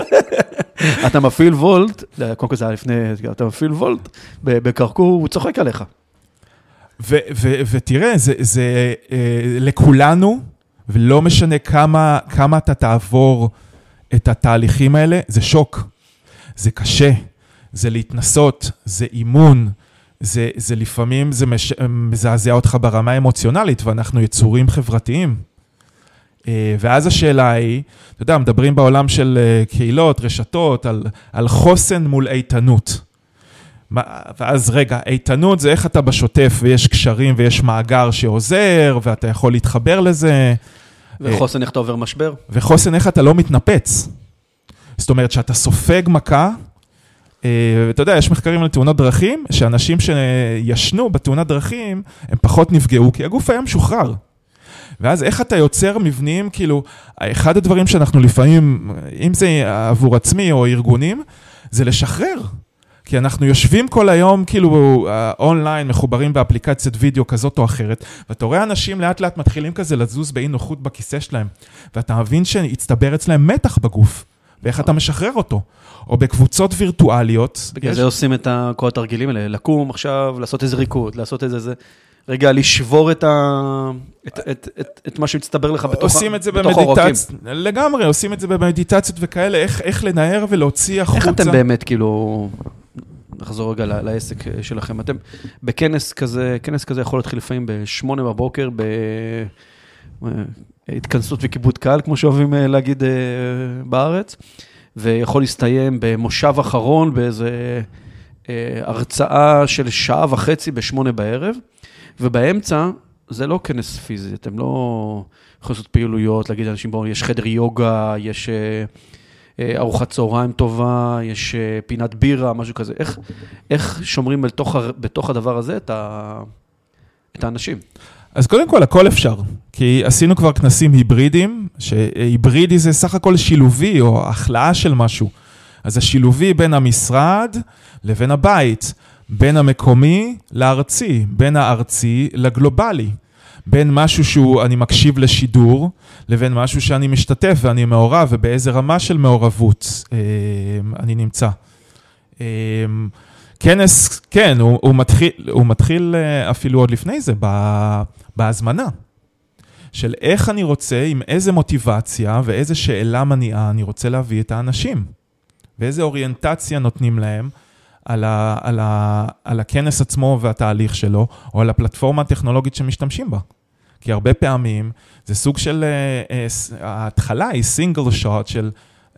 אתה מפעיל וולט, קודם כל זה היה לפני, אתה מפעיל וולט, בקרקור הוא צוחק עליך. ותראה, זה לכולנו, ולא משנה כמה, כמה אתה תעבור את התהליכים האלה, זה שוק, זה קשה, זה להתנסות, זה אימון, זה, זה לפעמים, זה מש, מזעזע אותך ברמה האמוציונלית, ואנחנו יצורים חברתיים. ואז השאלה היא, אתה יודע, מדברים בעולם של קהילות, רשתות, על, על חוסן מול איתנות. ואז רגע, איתנות זה איך אתה בשוטף, ויש קשרים ויש מאגר שעוזר, ואתה יכול להתחבר לזה. וחוסן איך אתה עובר משבר? וחוסן איך אתה לא מתנפץ. זאת אומרת, שאתה סופג מכה, אתה יודע, יש מחקרים על תאונות דרכים, שאנשים שישנו בתאונת דרכים, הם פחות נפגעו, כי הגוף היה משוחרר. ואז איך אתה יוצר מבנים, כאילו, אחד הדברים שאנחנו לפעמים, אם זה עבור עצמי או ארגונים, זה לשחרר. כי אנחנו יושבים כל היום, כאילו, אונליין, מחוברים באפליקציית וידאו כזאת או אחרת, ואתה רואה אנשים לאט לאט מתחילים כזה לזוז באי נוחות בכיסא שלהם, ואתה מבין שהצטבר אצלהם מתח בגוף, ואיך אתה משחרר אותו. או בקבוצות וירטואליות. בגלל זה עושים את כל התרגילים האלה, לקום עכשיו, לעשות איזה ריקוד, לעשות איזה זה, רגע, לשבור את, ה... את, את, את, את מה שהצטבר לך בתוך, עושים את זה בתוך במדיטצ... לגמרי, עושים את זה במדיטציות וכאלה, איך, איך לנער ולהוציא החוצה. איך אתם באמת, כאילו, נחזור רגע ל... לעסק שלכם, אתם בכנס כזה, כנס כזה יכול להתחיל לפעמים בשמונה בבוקר, בהתכנסות וכיבוד קהל, כמו שאוהבים להגיד בארץ, ויכול להסתיים במושב אחרון, באיזה הרצאה של שעה וחצי בשמונה בערב, ובאמצע זה לא כנס פיזי, אתם לא יכולים לעשות פעילויות, להגיד לאנשים, בואו, יש חדר יוגה, יש ארוחת צהריים טובה, יש פינת בירה, משהו כזה. איך, איך שומרים בתוך, בתוך הדבר הזה את, ה, את האנשים? אז קודם כל, הכל אפשר, כי עשינו כבר כנסים היברידיים, שהיברידי זה סך הכל שילובי או החלאה של משהו. אז השילובי בין המשרד לבין הבית, בין המקומי לארצי, בין הארצי לגלובלי, בין משהו שהוא אני מקשיב לשידור, לבין משהו שאני משתתף ואני מעורב, ובאיזה רמה של מעורבות אני נמצא. כנס, כן, הוא, הוא, מתחיל, הוא מתחיל אפילו עוד לפני זה, בהזמנה, של איך אני רוצה, עם איזה מוטיבציה ואיזה שאלה מניעה אני רוצה להביא את האנשים, ואיזה אוריינטציה נותנים להם על, ה, על, ה, על הכנס עצמו והתהליך שלו, או על הפלטפורמה הטכנולוגית שמשתמשים בה. כי הרבה פעמים זה סוג של, ההתחלה היא סינגל שוט של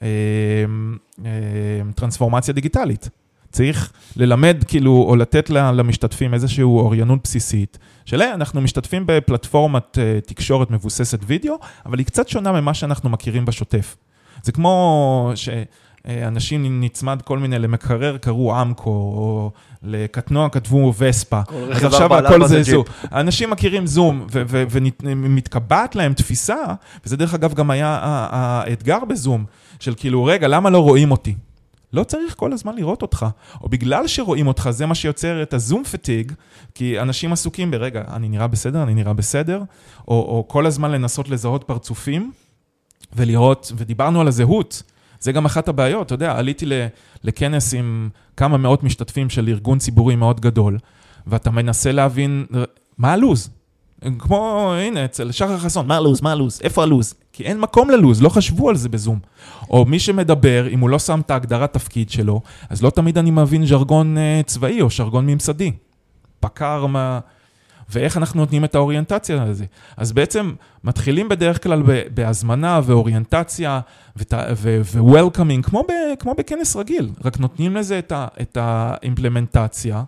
טרנספורמציה דיגיטלית. צריך ללמד כאילו, או לתת למשתתפים איזושהי אוריינות בסיסית, שלה אנחנו משתתפים בפלטפורמת תקשורת מבוססת וידאו, אבל היא קצת שונה ממה שאנחנו מכירים בשוטף. זה כמו שאנשים נצמד כל מיני למקרר, קראו אמקו, או לקטנוע כתבו וספה. אז עכשיו הכל זה זום. האנשים מכירים זום, ומתקבעת להם תפיסה, וזה דרך אגב גם היה האתגר בזום, של כאילו, רגע, למה לא רואים אותי? לא צריך כל הזמן לראות אותך, או בגלל שרואים אותך, זה מה שיוצר את הזום פטיג, כי אנשים עסוקים ברגע, אני נראה בסדר, אני נראה בסדר, או, או כל הזמן לנסות לזהות פרצופים, ולראות, ודיברנו על הזהות, זה גם אחת הבעיות, אתה יודע, עליתי לכנס עם כמה מאות משתתפים של ארגון ציבורי מאוד גדול, ואתה מנסה להבין, מה הלוז? כמו, הנה, אצל שחר חסון, מה הלוז, מה הלוז, איפה הלוז? כי אין מקום ללוז, לא חשבו על זה בזום. או מי שמדבר, אם הוא לא שם את ההגדרת תפקיד שלו, אז לא תמיד אני מבין ז'רגון צבאי או ז'רגון ממסדי. פקר מה... ואיך אנחנו נותנים את האוריינטציה לזה. אז בעצם מתחילים בדרך כלל בהזמנה ואוריינטציה ו-welcoming, כמו, כמו בכנס רגיל, רק נותנים לזה את, ה, את האימפלמנטציה,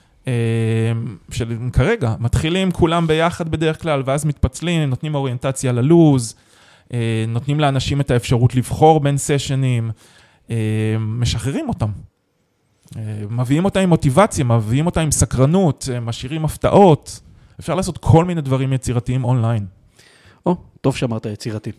של כרגע, מתחילים כולם ביחד בדרך כלל, ואז מתפצלים, נותנים אוריינטציה ללוז, נותנים לאנשים את האפשרות לבחור בין סשנים, משחררים אותם. מביאים אותם עם מוטיבציה, מביאים אותם עם סקרנות, משאירים הפתעות. אפשר לעשות כל מיני דברים יצירתיים אונליין. או, טוב שאמרת יצירתי.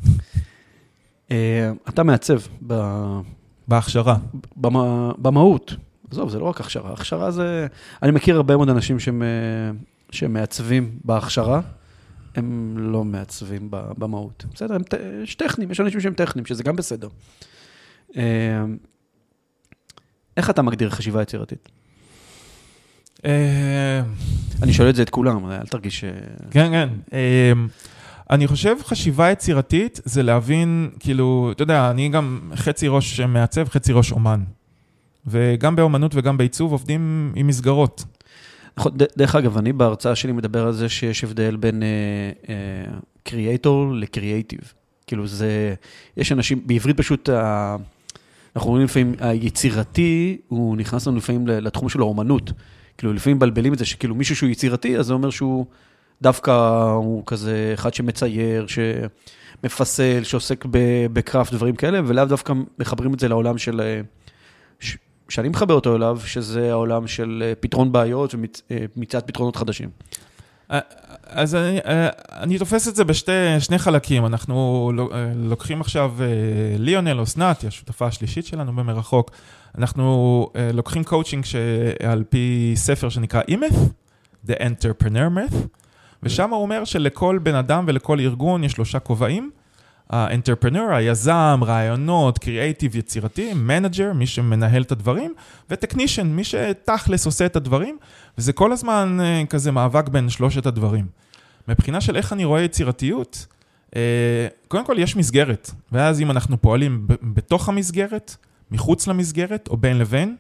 אתה מעצב בהכשרה. במהות. עזוב, זה לא רק הכשרה. הכשרה זה... אני מכיר הרבה מאוד אנשים שמעצבים בהכשרה, הם לא מעצבים במהות. בסדר, הם טכניים, יש אנשים שהם טכניים, שזה גם בסדר. איך אתה מגדיר חשיבה יצירתית? אני שואל את זה את כולם, אל תרגיש... כן, כן. אני חושב חשיבה יצירתית זה להבין, כאילו, אתה יודע, אני גם חצי ראש מעצב, חצי ראש אומן. וגם באומנות וגם בעיצוב עובדים עם מסגרות. דרך אגב, אני בהרצאה שלי מדבר על זה שיש הבדל בין קריאייטור לקריאייטיב. כאילו זה, יש אנשים, בעברית פשוט, אנחנו רואים לפעמים, היצירתי, הוא נכנס לנו לפעמים לתחום של האומנות. כאילו לפעמים מבלבלים את זה, שכאילו מישהו שהוא יצירתי, אז זה אומר שהוא דווקא, הוא כזה אחד שמצייר, שמפסל, שעוסק בקראפט, דברים כאלה, ולאו דווקא מחברים את זה לעולם של... שאני מחבר אותו אליו, שזה העולם של פתרון בעיות ומציאת פתרונות חדשים. אז אני, אני תופס את זה בשני חלקים. אנחנו לוקחים עכשיו ליונל אוסנת, השותפה השלישית שלנו במרחוק, אנחנו לוקחים קואוצ'ינג שעל פי ספר שנקרא E-Myth, The Entrepreneur Myth, ושם הוא אומר שלכל בן אדם ולכל ארגון יש שלושה כובעים, האנטרפרנור, היזם, רעיונות, קריאייטיב, יצירתי, מנג'ר, מי שמנהל את הדברים, וטכנישן, מי שתכלס עושה את הדברים, וזה כל הזמן כזה מאבק בין שלושת הדברים. מבחינה של איך אני רואה יצירתיות, קודם כל יש מסגרת, ואז אם אנחנו פועלים בתוך המסגרת, מחוץ למסגרת, או בין לבין,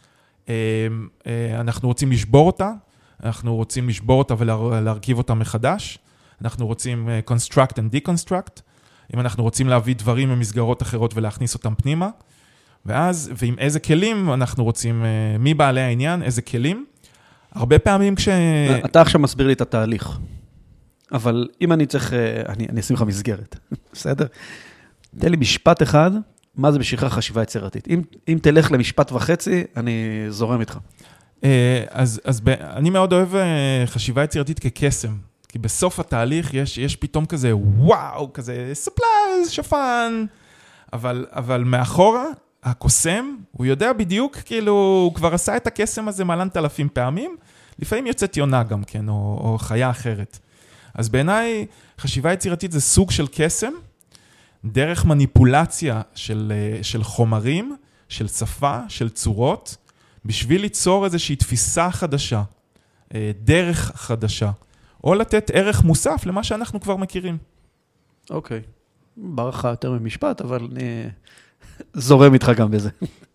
אנחנו רוצים לשבור אותה, אנחנו רוצים לשבור אותה ולהרכיב אותה מחדש, אנחנו רוצים construct and deconstruct, אם אנחנו רוצים להביא דברים ממסגרות אחרות ולהכניס אותם פנימה, ואז, ועם איזה כלים אנחנו רוצים, מי בעלי העניין, איזה כלים, הרבה פעמים כש... אתה עכשיו מסביר לי את התהליך, אבל אם אני צריך, אני, אני אשים לך מסגרת, בסדר? תן לי משפט אחד, מה זה בשבילך חשיבה יצירתית? אם, אם תלך למשפט וחצי, אני זורם איתך. אז, אז ב, אני מאוד אוהב חשיבה יצירתית כקסם, כי בסוף התהליך יש, יש פתאום כזה, וואו, כזה ספלייז, שפן, אבל, אבל מאחורה, הקוסם, הוא יודע בדיוק, כאילו, הוא כבר עשה את הקסם הזה מעלנת אלפים פעמים, לפעמים יוצאת יונה גם כן, או, או חיה אחרת. אז בעיניי, חשיבה יצירתית זה סוג של קסם, דרך מניפולציה של, של חומרים, של שפה, של צורות, בשביל ליצור איזושהי תפיסה חדשה, דרך חדשה, או לתת ערך מוסף למה שאנחנו כבר מכירים. אוקיי. ברכה יותר ממשפט, אבל אני זורם איתך גם בזה.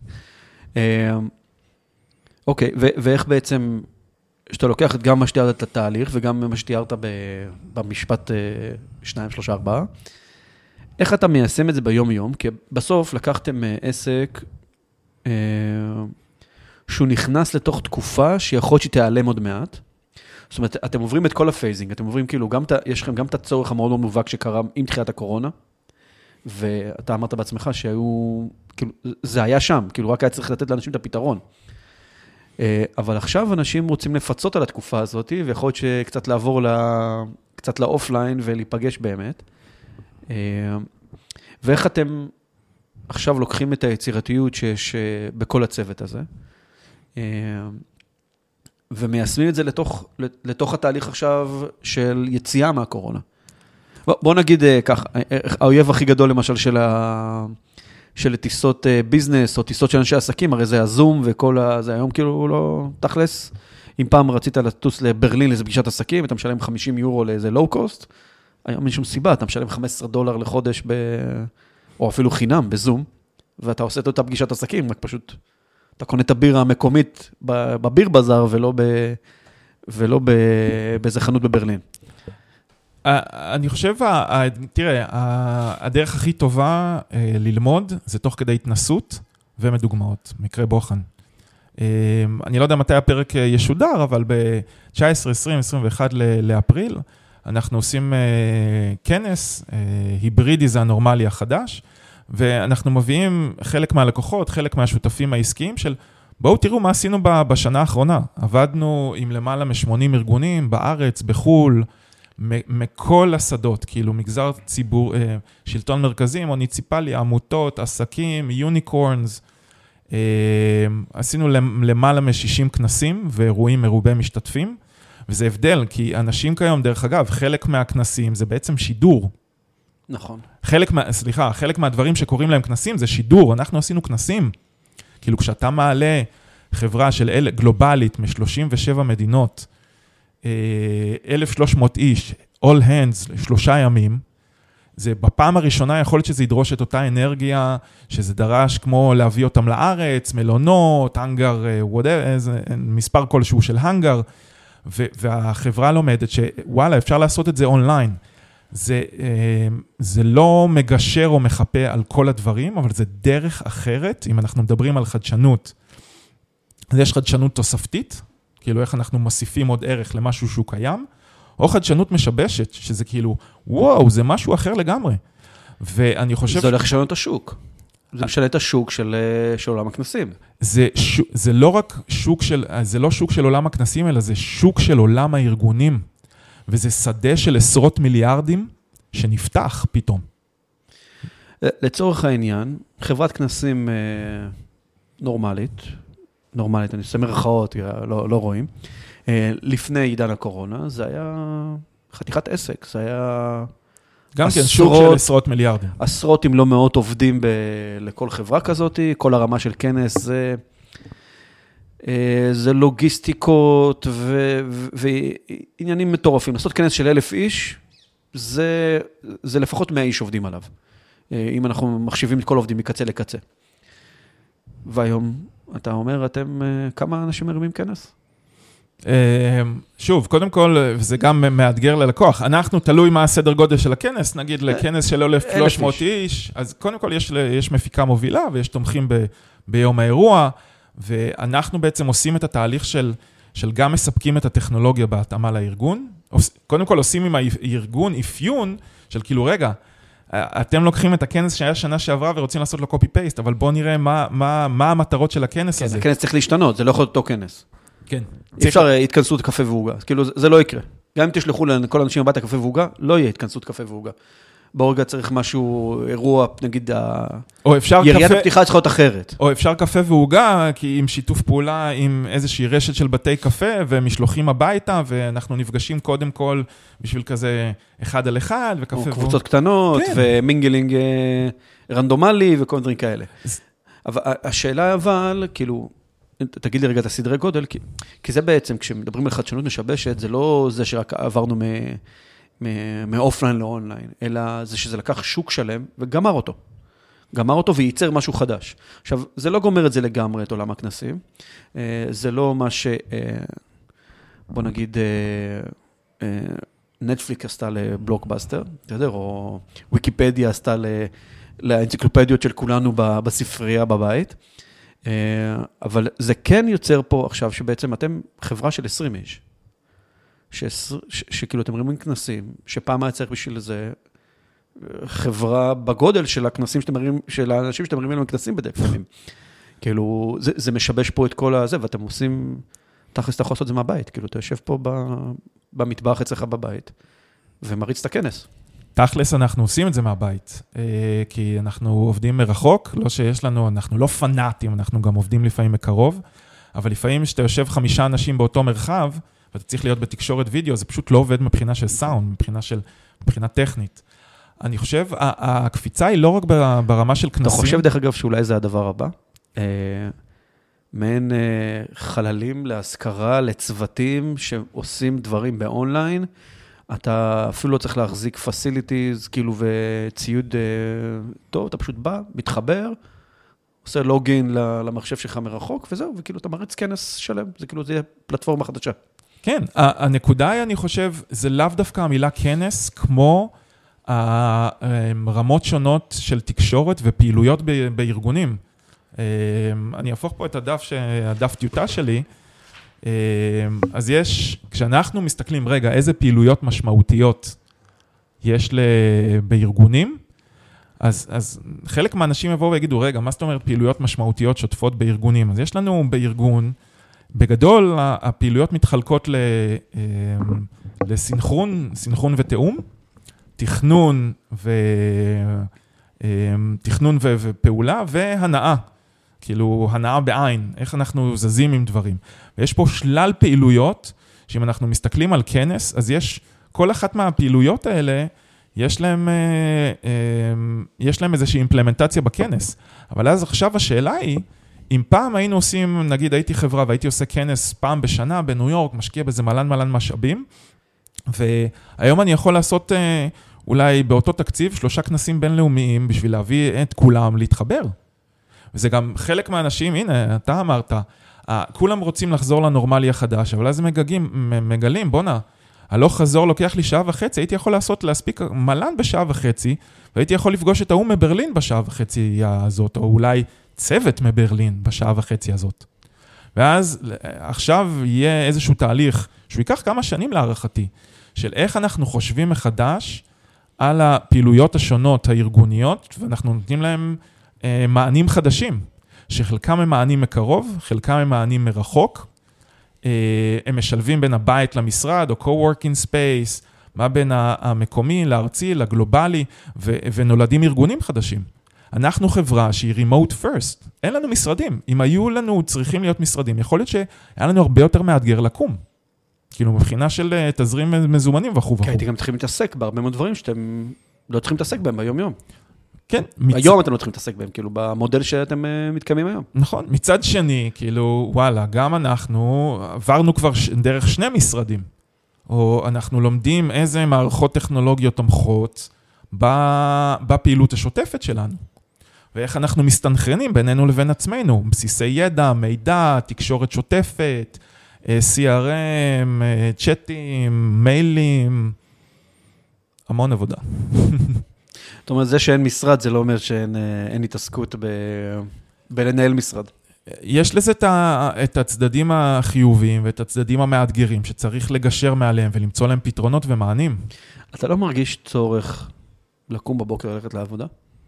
אוקיי, ואיך בעצם, שאתה לוקח גם מה שתיארת את התהליך, וגם מה שתיארת במשפט שניים, שלושה, ארבעה, איך אתה מיישם את זה ביום-יום? כי בסוף לקחתם עסק שהוא נכנס לתוך תקופה שיכול להיות שתיעלם עוד מעט, זאת אומרת, אתם עוברים את כל הפייזינג, אתם עוברים כאילו, גם, יש לכם גם את הצורך המאוד מאוד מובהק שקרה עם תחילת הקורונה, ואתה אמרת בעצמך שהיו, כאילו, זה היה שם, כאילו רק היה צריך לתת לאנשים את הפתרון. אבל עכשיו אנשים רוצים לפצות על התקופה הזאת, ויכול להיות שקצת לעבור קצת לאופליין ולהיפגש באמת. ואיך אתם עכשיו לוקחים את היצירתיות שיש בכל הצוות הזה, ומיישמים את זה לתוך, לתוך התהליך עכשיו של יציאה מהקורונה. בוא נגיד כך, האויב הכי גדול למשל של, ה... של טיסות ביזנס או טיסות של אנשי עסקים, הרי זה הזום וכל ה... זה היום כאילו לא תכלס. אם פעם רצית לטוס לברלין לאיזה פגישת עסקים, אתה משלם חמישים יורו לאיזה לואו קוסט, היום אין שום סיבה, אתה משלם חמישה עשר דולר לחודש, ב... או אפילו חינם בזום, ואתה עושה את אותה פגישת עסקים, רק פשוט... אתה קונה את הבירה המקומית בביר בזאר, ולא, ב, ולא ב, באיזה חנות בברלין. אני חושב, תראה, הדרך הכי טובה ללמוד, זה תוך כדי התנסות ומדוגמאות, מקרה בוחן. אני לא יודע מתי הפרק ישודר, אבל ב-תשע עשרה, עשרים, עשרים ואחת לאפריל, אנחנו עושים כנס, היברידי זה הנורמלי החדש, ואנחנו מביאים חלק מהלקוחות, חלק מהשותפים העסקיים של, בואו תראו מה עשינו בשנה האחרונה. עבדנו עם למעלה מ-שמונים ארגונים בארץ, בחול, מכל השדות, כאילו מגזר ציבור, שלטון מרכזי, מוניציפלי, עמותות, עסקים, יוניקורנס. עשינו למעלה מ-שישים כנסים ואירועים מרובי משתתפים, וזה הבדל, כי אנשים כיום, דרך אגב, חלק מהכנסים זה בעצם שידור. נכון. חלק מה, סליחה, חלק מהדברים שקוראים להם כנסים זה שידור, אנחנו עשינו כנסים. כאילו כשאתה מעלה חברה של אל, גלובלית מ-שלושים ושבע מדינות, אלף ושלוש מאות איש, all hands, שלושה ימים, זה בפעם הראשונה יכול להיות שזה ידרוש את אותה אנרגיה, שזה דרש כמו להביא אותם לארץ, מלונות, הנגר, whatever, מספר כלשהו של הנגר, והחברה לומדת שוואלה, אפשר לעשות את זה אונליין. זה, זה לא מגשר או מחפה על כל הדברים, אבל זה דרך אחרת, אם אנחנו מדברים על חדשנות. אז יש חדשנות תוספתית, כאילו איך אנחנו מוסיפים עוד ערך למשהו שהוא קיים, או חדשנות משבשת, שזה כאילו, וואו, זה משהו אחר לגמרי. ואני חושב... זה הולך לשנות את השוק. זה משנה את השוק של, של עולם הכנסים. זה, זה לא רק שוק של, זה לא שוק של עולם הכנסים, אלא זה שוק של עולם הארגונים. וזה שדה של עשרות מיליארדים שנפתח פתאום. לצורך העניין, חברת כנסים נורמלית, נורמלית, אני עושה מרכאות, לא, לא רואים, לפני עידן הקורונה, זה היה חתיכת עסק, זה היה... גם עשרות, כן, שוק של עשרות מיליארדים. עשרות אם לא מאות עובדים ב, לכל חברה כזאת, כל הרמה של כנס זה, זה לוגיסטיקות ו, ו, ועניינים מטורפים. לעשות כנס של אלף איש, זה, זה לפחות מאה איש עובדים עליו. אם אנחנו מחשיבים את כל עובדים מקצה לקצה. והיום אתה אומר, אתם, כמה אנשים מרימים כנס? שוב, קודם כל, זה גם מאתגר ללקוח. אנחנו תלוי מה הסדר גודל של הכנס, נגיד לכנס של אלף ושלוש מאות איש, אז קודם כל יש, יש מפיקה מובילה ויש תומכים ב, ביום האירוע, ואנחנו בעצם עושים את התהליך של, של גם מספקים את הטכנולוגיה בהתאמה לארגון. קודם כל עושים עם הארגון אפיון של כאילו, רגע, אתם לוקחים את הכנס שהיה שנה שעברה ורוצים לעשות לו קופי-פייסט, אבל בואו נראה מה, מה, מה המטרות של הכנס כן, הזה. הכנס צריך להשתנות, זה לא יכול להיות אותו כנס. כן. אי אפשר התכנסות קפה ועוגה, כאילו זה לא יקרה. גם אם תשלחו לכל האנשים הביתה קפה ועוגה, לא יהיה התכנסות קפה ועוגה. ברגע צריך משהו, אירוע, נגיד, יריית הפתיחה צריכה להיות אחרת. או אפשר קפה ועוגה, כי עם שיתוף פעולה, עם איזושהי רשת של בתי קפה, ומשלוחים הביתה, ואנחנו נפגשים קודם כל בשביל כזה אחד על אחד, וקפה ועוגה. או קבוצות קטנות, ומינגלינג רנדומלי, וכל דברים כאלה. אבל השאלה אבל, כאילו, תגיד לי רגע את הסדרי גודל, כי, כי זה בעצם, כשמדברים על חדשנות משבשת, זה לא זה שרק עברנו מ, מ, מאופליין לאונליין, אלא זה שזה לקח שוק שלם וגמר אותו. גמר אותו וייצר משהו חדש. עכשיו, זה לא גומר את זה לגמרי, את עולם הכנסים. זה לא מה ש... בוא נגיד, נטפליק עשתה לבלוקבאסטר, אתה יודע, או ויקיפדיה עשתה לאנציקלופדיות של כולנו בספרייה בבית. אבל זה כן יוצר פה עכשיו שבעצם אתם חברה של עשרים איש, שכאילו אתם רימים כנסים, שפעם היה צריך בשביל זה חברה בגודל של הכנסים שאתם מרימים, של האנשים שאתם מרימים להם כנסים בדרך כלל. כאילו, זה, זה משבש פה את כל הזה, ואתם עושים, תכלס אתה יכול לעשות את זה מהבית, כאילו אתה יושב פה במטבח אצלך בבית, ומריץ את הכנס. תכלס אנחנו עושים את זה מהבית, כי אנחנו עובדים מרחוק, לא שיש לנו, אנחנו לא פנאטים, אנחנו גם עובדים לפעמים מקרוב, אבל לפעמים שאתה יושב חמישה אנשים באותו מרחב, ואתה צריך להיות בתקשורת וידאו, זה פשוט לא עובד מבחינה של סאונד, מבחינה של, מבחינה טכנית. אני חושב, הקפיצה היא לא רק ברמה של כנסים. אתה חושב דרך אגב שאולי זה הדבר הבא? מעין חללים להשכרה, לצוותים שעושים דברים באונליין, אתה אפילו לא צריך להחזיק facilities, כאילו, וציוד טוב, אתה פשוט בא, מתחבר, עושה לוגין למחשב שלך מרחוק, וזהו, וכאילו אתה מריץ כנס שלם, זה כאילו, זה יהיה פלטפורמה חדשה. כן, הנקודה היא, אני חושב, זה לאו דווקא המילה כנס, כמו רמות שונות של תקשורת ופעילויות בארגונים. אני אהפוך פה את הדף, הדף טיוטה שלי, אז יש, כשאנחנו מסתכלים, רגע, איזה פעילויות משמעותיות יש בארגונים, אז, אז חלק מהאנשים יבואו ויגידו, רגע, מה זאת אומרת פעילויות משמעותיות שוטפות בארגונים? אז יש לנו בארגון, בגדול, הפעילויות מתחלקות לסינכרון, סינכרון ותאום, תכנון ו... תכנון ו... ופעולה והנאה. כאילו, הנאה בעין, איך אנחנו זזים עם דברים. ויש פה שלל פעילויות, שאם אנחנו מסתכלים על כנס, אז יש, כל אחת מהפעילויות האלה, יש להם, יש להם איזושהי אימפלמנטציה בכנס. אבל אז עכשיו השאלה היא, אם פעם היינו עושים, נגיד הייתי חברה והייתי עושה כנס פעם בשנה בניו יורק, משקיע בזה מלן מלן משאבים, והיום אני יכול לעשות אולי באותו תקציב שלושה כנסים בינלאומיים בשביל להביא את כולם להתחבר. וזה גם חלק מהאנשים, הנה, אתה אמרת, כולם רוצים לחזור לנורמלי החדש, אבל אז הם מגגים, מגלים, בונה, הלוך חזור לוקח לי שעה וחצי, הייתי יכול לעשות, להספיק מלן בשעה וחצי, והייתי יכול לפגוש את ההוא מברלין בשעה וחצי הזאת, או אולי צוות מברלין בשעה וחצי הזאת. ואז עכשיו יהיה איזשהו תהליך, שהוא ייקח כמה שנים להערכתי, של איך אנחנו חושבים מחדש על הפעילויות השונות הארגוניות, ואנחנו נותנים להם אה, מענים חדשים, שחלקם הם מענים מקרוב, חלקם הם מענים מרחוק, אה, הם משלבים בין הבית למשרד, או co-working space, מה בין המקומי, לארצי, לגלובלי, ו- ונולדים ארגונים חדשים. אנחנו חברה שהיא remote first, אין לנו משרדים. אם היו לנו, צריכים להיות משרדים, יכול להיות שהיה לנו הרבה יותר מאתגר לקום. כאילו, מבחינה של תזרים מזומנים וכו' וכו'. כי הייתי גם צריכים להתעסק בהרבה מאוד דברים שאתם לא צריכים להתעסק בהם ביום-יום. כן. היום אתם לא צריכים להתעסק בהם, כאילו, במודל שאתם מתקיימים היום. נכון. מצד שני, כאילו, וואלה, גם אנחנו עברנו כבר דרך שני משרדים, או אנחנו לומדים איזה מערכות טכנולוגיות תומכות בפעילות השוטפת שלנו. ואיך אנחנו מסתנכרנים בינינו לבין עצמנו, בסיסי ידע, מידע, תקשורת שוטפת, סי אר אם, צ'אטים, מיילים, המון עבודה. זאת אומרת, זה שאין משרד, זה לא אומר שאין התעסקות בלנהל משרד. יש לזה את הצדדים החיוביים ואת הצדדים המאתגרים, שצריך לגשר מעליהם ולמצוא להם פתרונות ומענים. אתה לא מרגיש צורך לקום בבוקר ללכת לעבודה?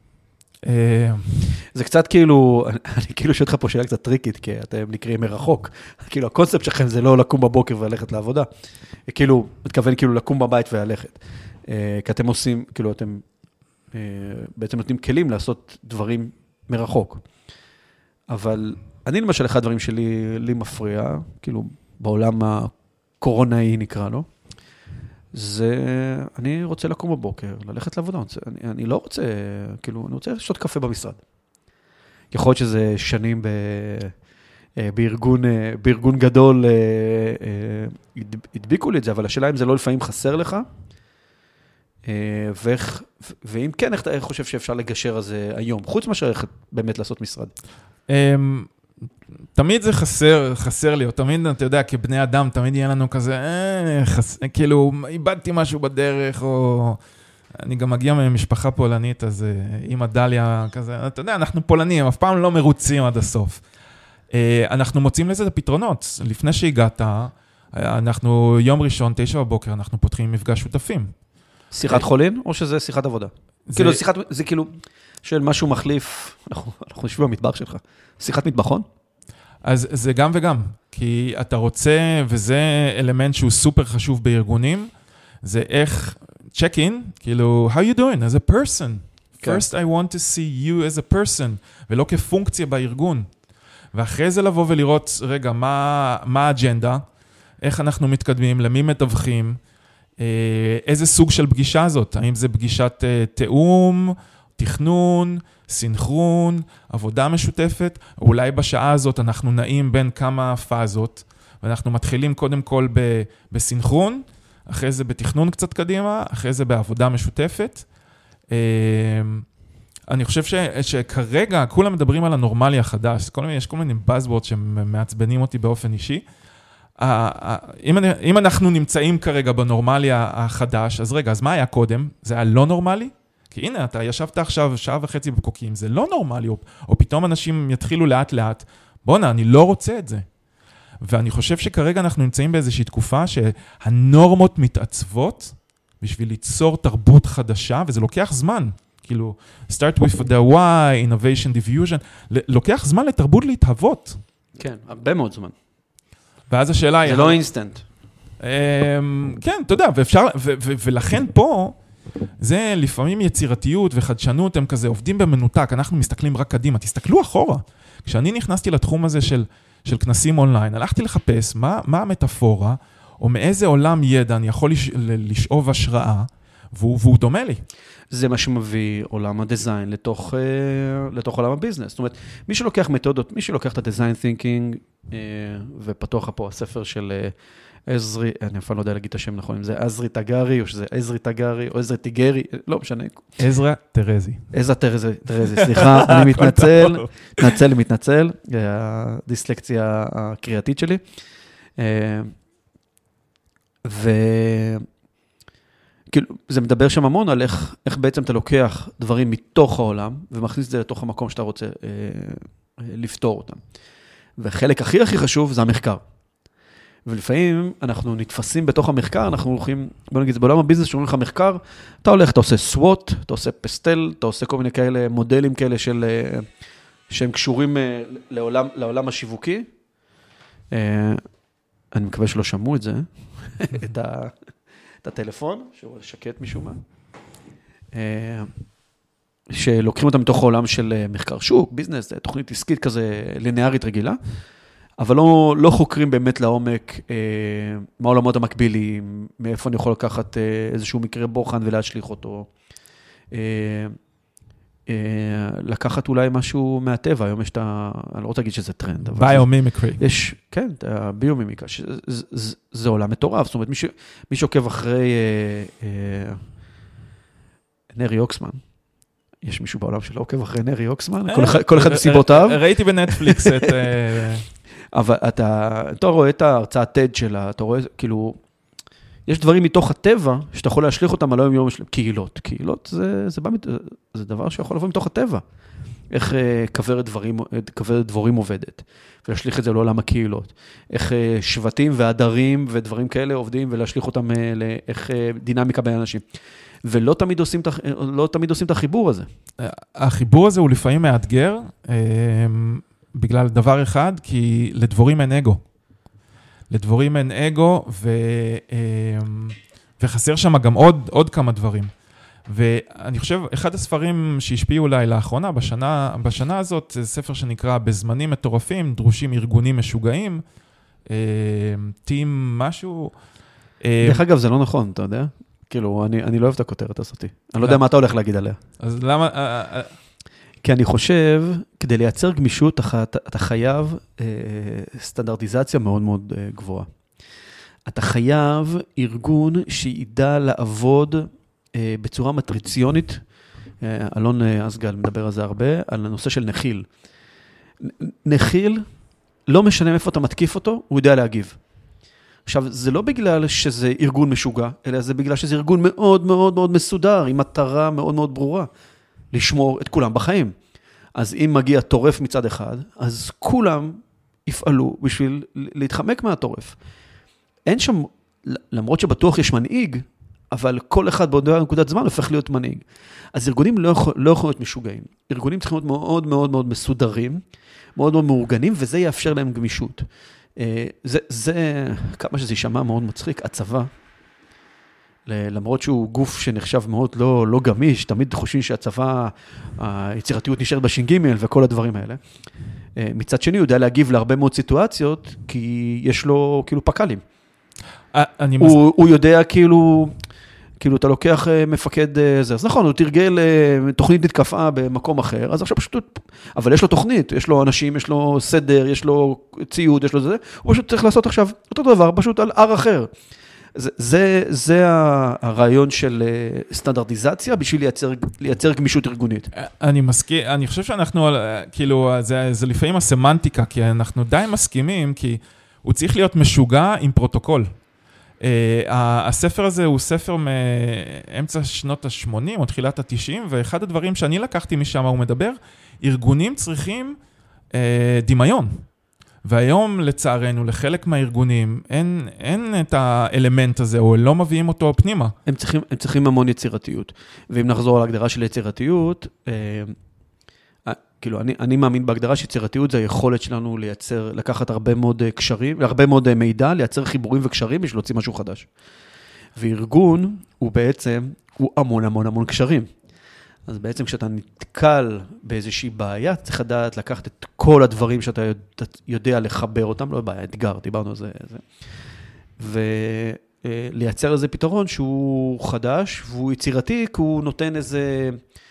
זה קצת כאילו, אני כאילו שואל לך פה שאלה קצת טריקית, כי אתם נקראים מרחוק. כאילו, הקונספט שלכם זה לא לקום בבוקר וללכת לעבודה. כאילו, מתכוון כאילו לקום בבית וללכת. כי אתם עושים, כאילו, אתם בעצם נותנים כלים לעשות דברים מרחוק. אבל אני למשל, אחד הדברים שלי לי מפריע, כאילו, בעולם הקורונאי נקרא לו, זה, אני רוצה לקום בבוקר, ללכת לעבודה, אני, אני לא רוצה, כאילו, אני רוצה לשתות קפה במשרד. יכול להיות שזה שנים ב, בארגון, בארגון גדול, הדביקו לי את זה, אבל השאלה אם זה לא לפעמים חסר לך, ואיך, ואם כן, איך אתה חושב שאפשר לגשר על זה היום, חוץ מאשר איך באמת לעשות משרד? תמיד זה חסר, חסר לי, או תמיד, אתה יודע, כבני אדם, תמיד יהיה לנו כזה, אה, חס... כאילו, איבדתי משהו בדרך, או... אני גם מגיע ממשפחה פולנית, אז אמא דליה, כזה, אתה יודע, אנחנו פולנים, אף פעם לא מרוצים עד הסוף. אנחנו מוצאים לזה את הפתרונות. לפני שהגעת, אנחנו, יום ראשון, תשע בבוקר, אנחנו פותחים מפגש שותפים. שיחת חולין, או שזה שיחת עבודה? זה... כאילו, שיחת, זה כאילו, של משהו מחליף, אנחנו, אנחנו נשבים במטבח שלך. שיחת מטבחון? אז זה גם וגם, כי אתה רוצה, וזה אלמנט שהוא סופר חשוב בארגונים, זה איך, check in, כאילו, how you doing as a person? First I want to see you as a person, ולא כפונקציה בארגון. ואחרי זה לבוא ולראות, רגע, מה, מה האג'נדה? איך אנחנו מתקדמים? למי מתווכים? איזה סוג של פגישה הזאת? האם זה פגישת תאום, תכנון, סינכרון, עבודה משותפת? אולי בשעה הזאת אנחנו נעים בין כמה פאזות, ואנחנו מתחילים קודם כל ב- בסינכרון, אחרי זה בתכנון קצת קדימה, אחרי זה בעבודה משותפת. אני חושב ש- שכרגע כולם מדברים על הנורמלי החדש, כל מיני, יש כל מיני buzzwords שמעצבנים אותי באופן אישי. אם, אם אנחנו נמצאים כרגע בנורמלי החדש, אז רגע, אז מה היה קודם? זה היה לא נורמלי? כי הנה, אתה ישבת עכשיו שעה וחצי בפקוקים, זה לא נורמלי, או, או פתאום אנשים יתחילו לאט לאט, בונה, אני לא רוצה את זה. ואני חושב שכרגע אנחנו נמצאים באיזושהי תקופה שהנורמות מתעצבות בשביל ליצור תרבות חדשה, וזה לוקח זמן. כאילו, start with the why, innovation, diffusion, לוקח זמן לתרבות להתהוות. כן, הרבה מאוד זמן. ואז השאלה היא... זה לא אינסטנט. כן, אתה יודע, ואפשר, ולכן פה, זה לפעמים יצירתיות וחדשנות, הם כזה עובדים במנותק, אנחנו מסתכלים רק קדימה, תסתכלו אחורה. כשאני נכנסתי לתחום הזה של, של כנסים אונליין, הלכתי לחפש מה, מה המטאפורה, או מאיזה עולם ידע אני יכול לש, לשאוב השראה, והוא, והוא דומה לי. זה מה שמביא עולם הדיזיין לתוך, לתוך עולם הביזנס. זאת אומרת, מי שלוקח מתודות, מי שלוקח את הדיזיין תינקינג, ופתוח פה הספר של עזרי, אני אפילו לא יודע להגיד את השם נכון, אם זה עזרי תגרי, או שזה עזרי תגרי, או עזרי תיגרי, לא משנה. עזרא טרזי. עזרא טרזי, סליחה, אני מתנצל, מתנצל, מתנצל, הדיסלקציה הקריאתית שלי. ו... כאילו, זה מדבר שם המון על איך, איך בעצם אתה לוקח דברים מתוך העולם, ומכניס את זה לתוך המקום שאתה רוצה אה, לפתור אותם. וחלק הכי הכי חשוב זה המחקר. ולפעמים אנחנו נתפסים בתוך המחקר, אנחנו הולכים, בוא נגיד, זה בעולם הביזנס שאומרים לך מחקר, אתה הולך, אתה עושה סווט, אתה עושה פסטל, אתה עושה כל מיני כאלה, מודלים כאלה של, שהם קשורים לעולם, לעולם השיווקי. אני מקווה שלא שמעו את זה, את ה... את הטלפון, שהוא שקט משום מה, שלוקחים אותם מתוך העולם של מחקר שוק, ביזנס, תוכנית עסקית כזה לינארית רגילה, אבל לא, לא חוקרים באמת לעומק מה העולמות המקבילים, מאיפה אני יכול לקחת איזשהו מקרה בוחן ולהשליך אותו, לקחת אולי משהו מהטבע, היום יש את ה... אני לא רוצה להגיד שזה טרנד. ביומימיקרי. יש, כן, הביומימיקה, זה עולם מטורף, זאת אומרת, מי שעוקב אחרי נרי אוקסמן, יש מישהו בעולם שלא עוקב אחרי נרי אוקסמן? כל אחד מסיבותיו. ראיתי בנטפליקס את... אבל אתה רואה את ההרצאת טד שלה, אתה רואה, כאילו... יש דברים מתוך הטבע, שאתה יכול להשליך אותם על היום יום שלהם, קהילות. קהילות זה, זה, בא, זה דבר שיכול לבוא מתוך הטבע. איך כברת דברים, כברת דבורים עובדת, ולהשליך את זה לעולם הקהילות. איך שבטים ועדרים ודברים כאלה עובדים, ולהשליך אותם לאיך דינמיקה בין אנשים. ולא תמיד עושים, לא תמיד עושים את החיבור הזה. החיבור הזה הוא לפעמים מאתגר, בגלל דבר אחד, כי לדבורים אין אגו. לדבורים אין אגו, ו, וחסר שם גם עוד, עוד כמה דברים. ואני חושב, אחד הספרים שהשפיעו אולי לאחרונה, בשנה, בשנה הזאת, זה ספר שנקרא בזמנים מטורפים, דרושים ארגונים משוגעים, טים משהו. דרך אגב, זה לא נכון, אתה יודע? כאילו, אני, אני לא אוהב את הכותרת הזאת. אני לא יודע מה אתה הולך להגיד עליה. אז למה... כי אני חושב, כדי לייצר גמישות, אתה חייב סטנדרטיזציה מאוד מאוד גבוהה. אתה חייב ארגון שידע לעבוד בצורה מטריציונית. אלון אסגל מדבר על זה הרבה, על הנושא של נחיל. נחיל, לא משנה איפה אתה מתקיף אותו, הוא יודע להגיב. עכשיו, זה לא בגלל שזה ארגון משוגע, אלא זה בגלל שזה ארגון מאוד מאוד מאוד מסודר, עם מטרה מאוד מאוד ברורה. לשמור את כולם בחיים. אז אם מגיע טורף מצד אחד, אז כולם יפעלו בשביל להתחמק מהטורף. אין שם, למרות שבטוח יש מנהיג, אבל כל אחד באותה נקודת זמן הופך להיות מנהיג. אז ארגונים לא יכולים לא יכול להיות משוגעים. ארגונים צריכים להיות מאוד מאוד מאוד מסודרים, מאוד מאוד מאורגנים, וזה יאפשר להם גמישות. זה, זה, כמה שזה יישמע מאוד מצחיק, הצבא, למרות שהוא גוף שנחשב מאוד לא, לא גמיש, תמיד חושבים שהצבא, היצירתיות נשארת בשינגימל וכל הדברים האלה. מצד שני, הוא יודע להגיב להרבה מאוד סיטואציות, כי יש לו כאילו פקלים. אני הוא, מס... הוא יודע כאילו, כאילו אתה לוקח מפקד זה, אז נכון, הוא תרגל תוכנית נתקפה במקום אחר, אז עכשיו פשוט, אבל יש לו תוכנית, יש לו אנשים, יש לו סדר, יש לו ציוד, יש לו זה, הוא פשוט צריך לעשות עכשיו אותו דבר, פשוט על הר אחר. זה, זה, זה הרעיון של סטנדרטיזציה בשביל לייצר, לייצר גמישות ארגונית. אני מסכים, אני חושב שאנחנו, כאילו, זה, זה לפעמים הסמנטיקה, כי אנחנו די מסכימים, כי הוא צריך להיות משוגע עם פרוטוקול. Uh, הספר הזה הוא ספר מאמצע שנות ה-שמונים או תחילת ה-תשעים, ואחד הדברים שאני לקחתי משם, הוא מדבר, ארגונים צריכים uh, דמיון. והיום, לצערנו, לחלק מהארגונים, אין, אין את האלמנט הזה, או לא מביאים אותו פנימה. הם צריכים, הם צריכים המון יצירתיות. ואם נחזור על ההגדרה של יצירתיות, אה, כאילו, אני, אני מאמין בהגדרה שיצירתיות זה היכולת שלנו לייצר, לקחת הרבה מאוד קשרים, הרבה מאוד מידע, לייצר חיבורים וקשרים בשביל להוציא משהו חדש. וארגון הוא בעצם, הוא המון המון המון קשרים. אז בעצם כשאתה נתקל באיזושהי בעיה, צריך לדעת לקחת את כל הדברים שאתה יודע לחבר אותם, לא בעיה, אתגר, דיברנו על זה. לייצר איזה פתרון שהוא חדש, והוא יצירתי, כי הוא נותן איזה,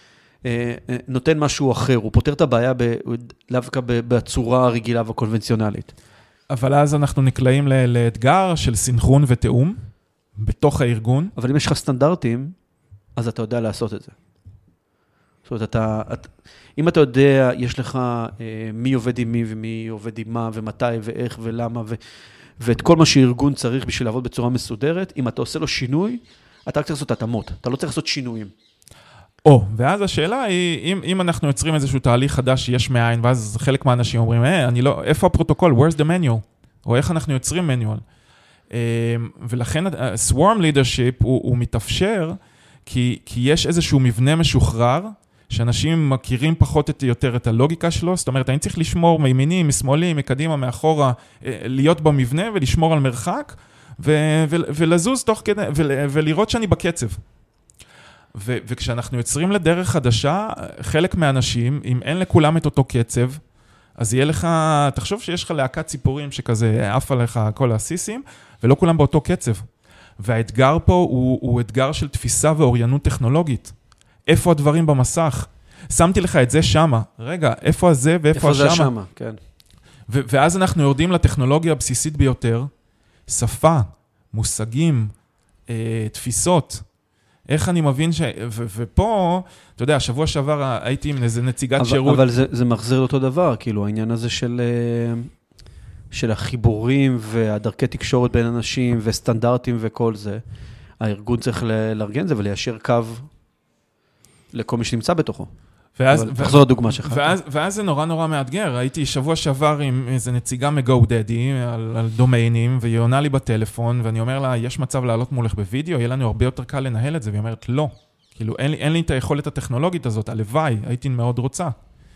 נותן משהו אחר, הוא פותר את הבעיה דווקא בצורה הרגילה והקונבנציונלית. אבל אז אנחנו נקלעים לאתגר של סינכרון ותאום, בתוך הארגון. אבל אם יש לך סטנדרטים, אז אתה יודע לעשות את זה. זאת אומרת, אתה, אתה, אם אתה יודע, יש לך אה, מי עובד עם מי ומי עובד עם מה ומתי ואיך ולמה ו, ואת כל מה שארגון צריך בשביל לעבוד בצורה מסודרת, אם אתה עושה לו שינוי, אתה רק צריך לעשות התאמות, אתה לא צריך לעשות שינויים. או, ואז השאלה היא, אם, אם אנחנו יוצרים איזשהו תהליך חדש שיש מאין, ואז חלק מהאנשים אומרים, אה, אני לא, איפה הפרוטוקול? Where's the manual? או איך אנחנו יוצרים manual? ולכן swarm leadership הוא, הוא מתאפשר, כי, כי יש איזשהו מבנה משוחרר, שאנשים מכירים פחות את, יותר את הלוגיקה שלו, זאת אומרת, אני צריך לשמור מימיני, משמאלי, מקדימה, מאחורה, להיות במבנה ולשמור על מרחק, ו, ו, ולזוז תוך כדי, ו, ולראות שאני בקצב. ו, וכשאנחנו יוצרים לדרך חדשה, חלק מהאנשים, אם אין לכולם את אותו קצב, אז יהיה לך, תחשוב שיש לך להקת ציפורים שכזה עף עליך כל הסיסים, ולא כולם באותו קצב. והאתגר פה הוא, הוא אתגר של תפיסה ואוריינות טכנולוגית. איפה הדברים במסך? שמתי לך את זה שמה. רגע, איפה הזה ואיפה השמה? איפה זה שמה, כן. ו- ואז אנחנו יורדים לטכנולוגיה הבסיסית ביותר, שפה, מושגים, אה, תפיסות. איך אני מבין ש... ו- ופה, אתה יודע, השבוע שעבר הייתי עם איזה נציגת אבל, שירות. אבל זה, זה מחזיר אותו דבר, כאילו, העניין הזה של... של החיבורים והדרכי תקשורת בין אנשים וסטנדרטים וכל זה, הארגון צריך לארגן זה וליישר קו לכל מי שנמצא בתוכו. ואז, תחזור לדוגמה שלך. ואז, ואז זה נורא נורא מאתגר. הייתי שבוע שעבר עם איזו נציגה מ-GoDaddy על, על דומיינים, והיא עונה לי בטלפון, ואני אומר לה, יש מצב לעלות מולך בווידאו, יהיה לנו הרבה יותר קל לנהל את זה, והיא אומרת, לא. כאילו, אין לי, אין לי את היכולת הטכנולוגית הזאת, הלוואי, הייתי מאוד רוצה.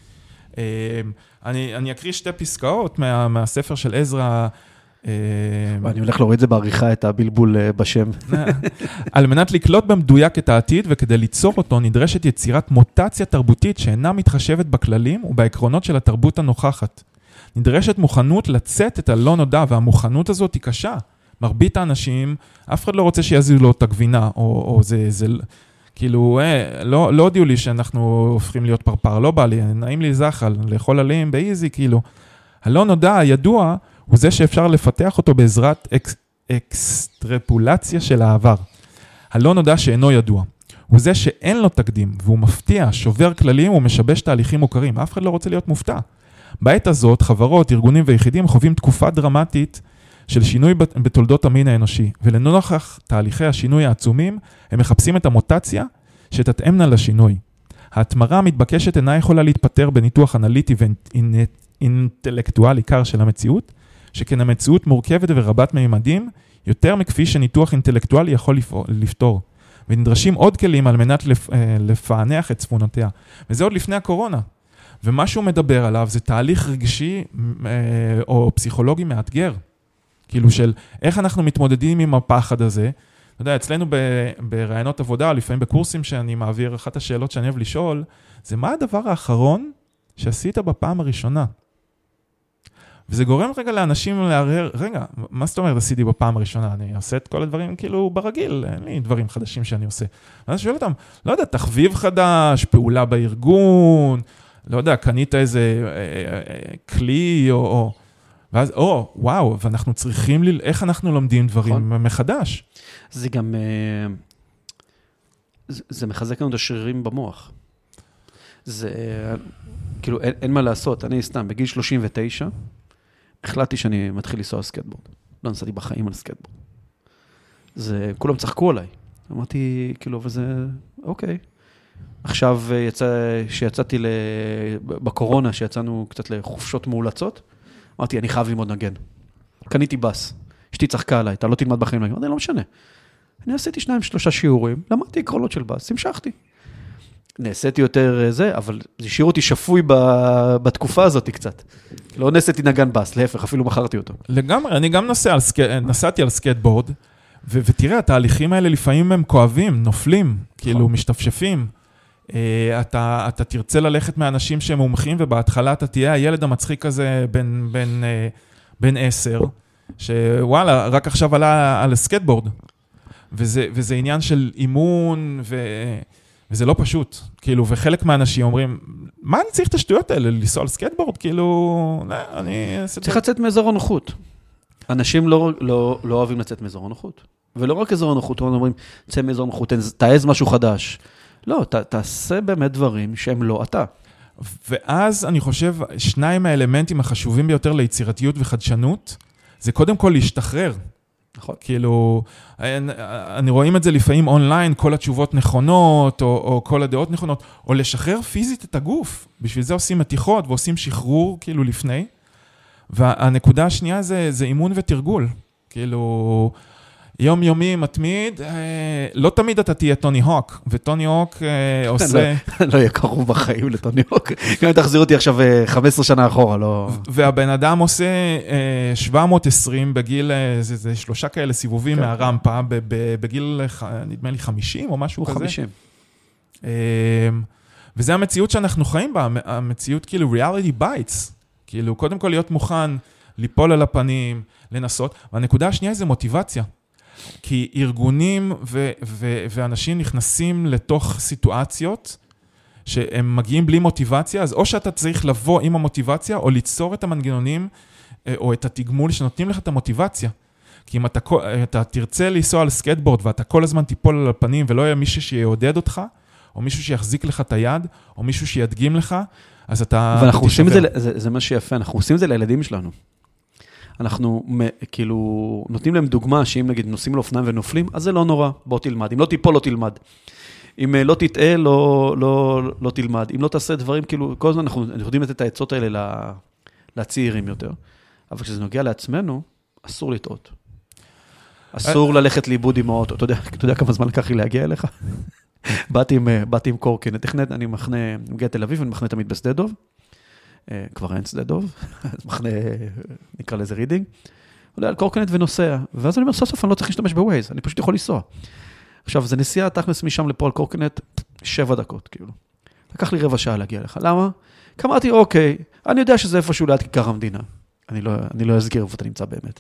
אני, אני אקריא שתי פסקאות מה, מהספר של עזרא. אני הולך להוריד את זה בעריכה, את הבלבול בשם. על מנת לקלוט במדויק את העתיד, וכדי ליצור אותו נדרשת יצירת מוטציה תרבותית שאינה מתחשבת בכללים ובעקרונות של התרבות הנוכחת. נדרשת מוכנות לצאת את הלא נודע, והמוכנות הזאת היא קשה. מרבית האנשים, אף אחד לא רוצה שיזיזו לו את הגבינה, או, או זה... זה כאילו, אה, לא, לא הודיעו לי שאנחנו הופכים להיות פרפר, לא בא לי, נעים לי זחל, לאכול עלים באיזי, כאילו. הלא נודע, הידוע, הוא זה שאפשר לפתח אותו בעזרת אקס, אקסטרפולציה של העבר. הלא נודע שאינו ידוע. הוא זה שאין לו תקדים, והוא מפתיע, שובר כללים ומשבש תהליכים מוכרים. אף אחד לא רוצה להיות מופתע. בעת הזאת, חברות, ארגונים ויחידים חווים תקופה דרמטית של שינוי בתולדות המין האנושי, ולנוכח תהליכי השינוי העצומים, הם מחפשים את המוטציה שתתאמנה לשינוי. ההתמרה המתבקשת אינה יכולה להתפטר בניתוח אנליטי ואינטלקטואלי קר של המציאות, שכן המציאות מורכבת ורבת מימדים, יותר מכפי שניתוח אינטלקטואלי יכול לפתור. ונדרשים עוד כלים על מנת לפענח את צפונותיה. וזה עוד לפני הקורונה. ומה שהוא מדבר עליו זה תהליך רגשי או פסיכולוגי מאתגר. כאילו של איך אנחנו מתמודדים עם הפחד הזה. אתה יודע, אצלנו ברעיונות עבודה, לפעמים בקורסים שאני מעביר, אחת השאלות שאני אוהב לשאול, זה מה הדבר האחרון שעשית בפעם הראשונה? וזה גורם רגע לאנשים להרהר, רגע, מה זאת אומרת עשיתי בפעם הראשונה? אני עושה את כל הדברים כאילו ברגיל, אין לי דברים חדשים שאני עושה. ואני שואל אותם, לא יודע, תחביב חדש, פעולה בארגון, לא יודע, קנית איזה אה, אה, כלי או... או ואז, או, וואו, ואנחנו צריכים, ל... איך אנחנו לומדים דברים נכון. מחדש? זה גם, זה, זה מחזק לנו את השרירים במוח. זה, כאילו, אין, אין מה לעשות. אני סתם, בגיל שלושים ותשע, החלטתי שאני מתחיל לנסוע על סקטבורד. לא נסעתי בחיים על סקטבורד. זה, כולם צחקו עליי. אמרתי, כאילו, וזה, אוקיי. עכשיו, יצא, שיצאתי בקורונה, שיצאנו קצת לחופשות מאולצות, אמרתי, אני חייב ללמוד נגן. קניתי בס. אשתי צחקה עליי, אתה לא תלמד בחיים נגן. אמרתי, לא משנה. אני עשיתי שניים, שלושה שיעורים, למדתי עקרונות של בס, המשכתי. נעשיתי יותר זה, אבל זה השאיר אותי שפוי בתקופה הזאת קצת. לא נעשיתי נגן בס, להפך, אפילו מכרתי אותו. לגמרי, אני גם נסע על סק... נסעתי על סקטבורד, ו... ותראה, התהליכים האלה לפעמים הם כואבים, נופלים, כאילו משתפשפים. אתה, אתה תרצה ללכת מאנשים שהם מומחים, ובהתחלה אתה תהיה הילד המצחיק הזה בין, בין, בין עשר, שוואלה, רק עכשיו עלה על הסקטבורד, וזה, וזה עניין של אימון, ו... וזה לא פשוט, כאילו, וחלק מהאנשים אומרים, מה אני צריך את השטויות האלה, לנסוע על סקטבורד? כאילו, לא, אני... צריך לצאת מאזור הנוחות. אנשים לא, לא, לא אוהבים לצאת מאזור הנוחות. ולא רק אזור הנוחות, הם אומרים, צא מאזור הנוחות, תעז משהו חדש. לא, ת, תעשה באמת דברים שהם לא אתה. ואז אני חושב, שניים האלמנטים החשובים ביותר ליצירתיות וחדשנות, זה קודם כל להשתחרר. נכון. כאילו, אני, אני רואים את זה לפעמים אונליין, כל התשובות נכונות, או, או כל הדעות נכונות, או לשחרר פיזית את הגוף. בשביל זה עושים מתיחות ועושים שחרור, כאילו, לפני. והנקודה השנייה זה, זה אימון ותרגול. כאילו, יומיומי, מתמיד, לא תמיד אתה תהיה טוני הוק, וטוני הוק עושה... לא יהיה קרוב בחיים לטוני הוק. גם תחזיר אותי עכשיו חמש עשרה שנה אחורה, לא... והבן אדם עושה שבע מאות ועשרים בגיל, זה שלושה כאלה סיבובים מהרמפה, בגיל, נדמה לי, חמישים או משהו כזה. הוא חמישים. וזה המציאות שאנחנו חיים בה, המציאות כאילו reality bites, כאילו קודם כל להיות מוכן, ליפול על הפנים, לנסות, והנקודה השנייה זה מוטיבציה. כי ארגונים ו- ו- ואנשים נכנסים לתוך סיטואציות שהם מגיעים בלי מוטיבציה, אז או שאתה צריך לבוא עם המוטיבציה, או ליצור את המנגנונים, או את התגמול שנותנים לך את המוטיבציה. כי אם אתה, אתה תרצה לנסוע על סקטבורד, ואתה כל הזמן תיפול על הפנים, ולא יהיה מישהו שיעודד אותך, או מישהו שיחזיק לך את היד, או מישהו שידגים לך, אז אתה... ואנחנו עושים את זה, זה, זה מה שיפה, אנחנו עושים את זה לילדים שלנו. אנחנו כאילו נותנים להם דוגמה שאם נגיד נוסעים לאופניים ונופלים, אז זה לא נורא, בוא תלמד. אם לא תיפול, לא תלמד. אם לא תטעה, לא, לא, לא תלמד. אם לא תעשה דברים, כאילו, כל הזמן אנחנו יודעים לתת את העצות האלה לצעירים יותר. אבל כשזה נוגע לעצמנו, אסור לטעות. אסור ללכת לאיבוד עם האוטו. אתה יודע, אתה יודע כמה זמן לקח לי להגיע אליך? באתי עם, באתי עם קורקינט. תכנת, אני מחנה, מגיע תל אביב, אני מחנה תמיד בשדה דוב. כבר אין שדה דוב, מחנה, נקרא לזה רידינג, עולה על קורקינט ונוסע, ואז אני אומר, סוף סוף אני לא צריך להשתמש בווייז, אני פשוט יכול לנסוע. עכשיו, זה נסיעה, תכנס משם לפה על קורקינט, שבע דקות, כאילו. לקח לי רבע שעה להגיע לך. למה? כי אמרתי, אוקיי, אני יודע שזה איפשהו ליד כיכר המדינה. אני לא, אני לא אזכיר איפה אתה נמצא באמת.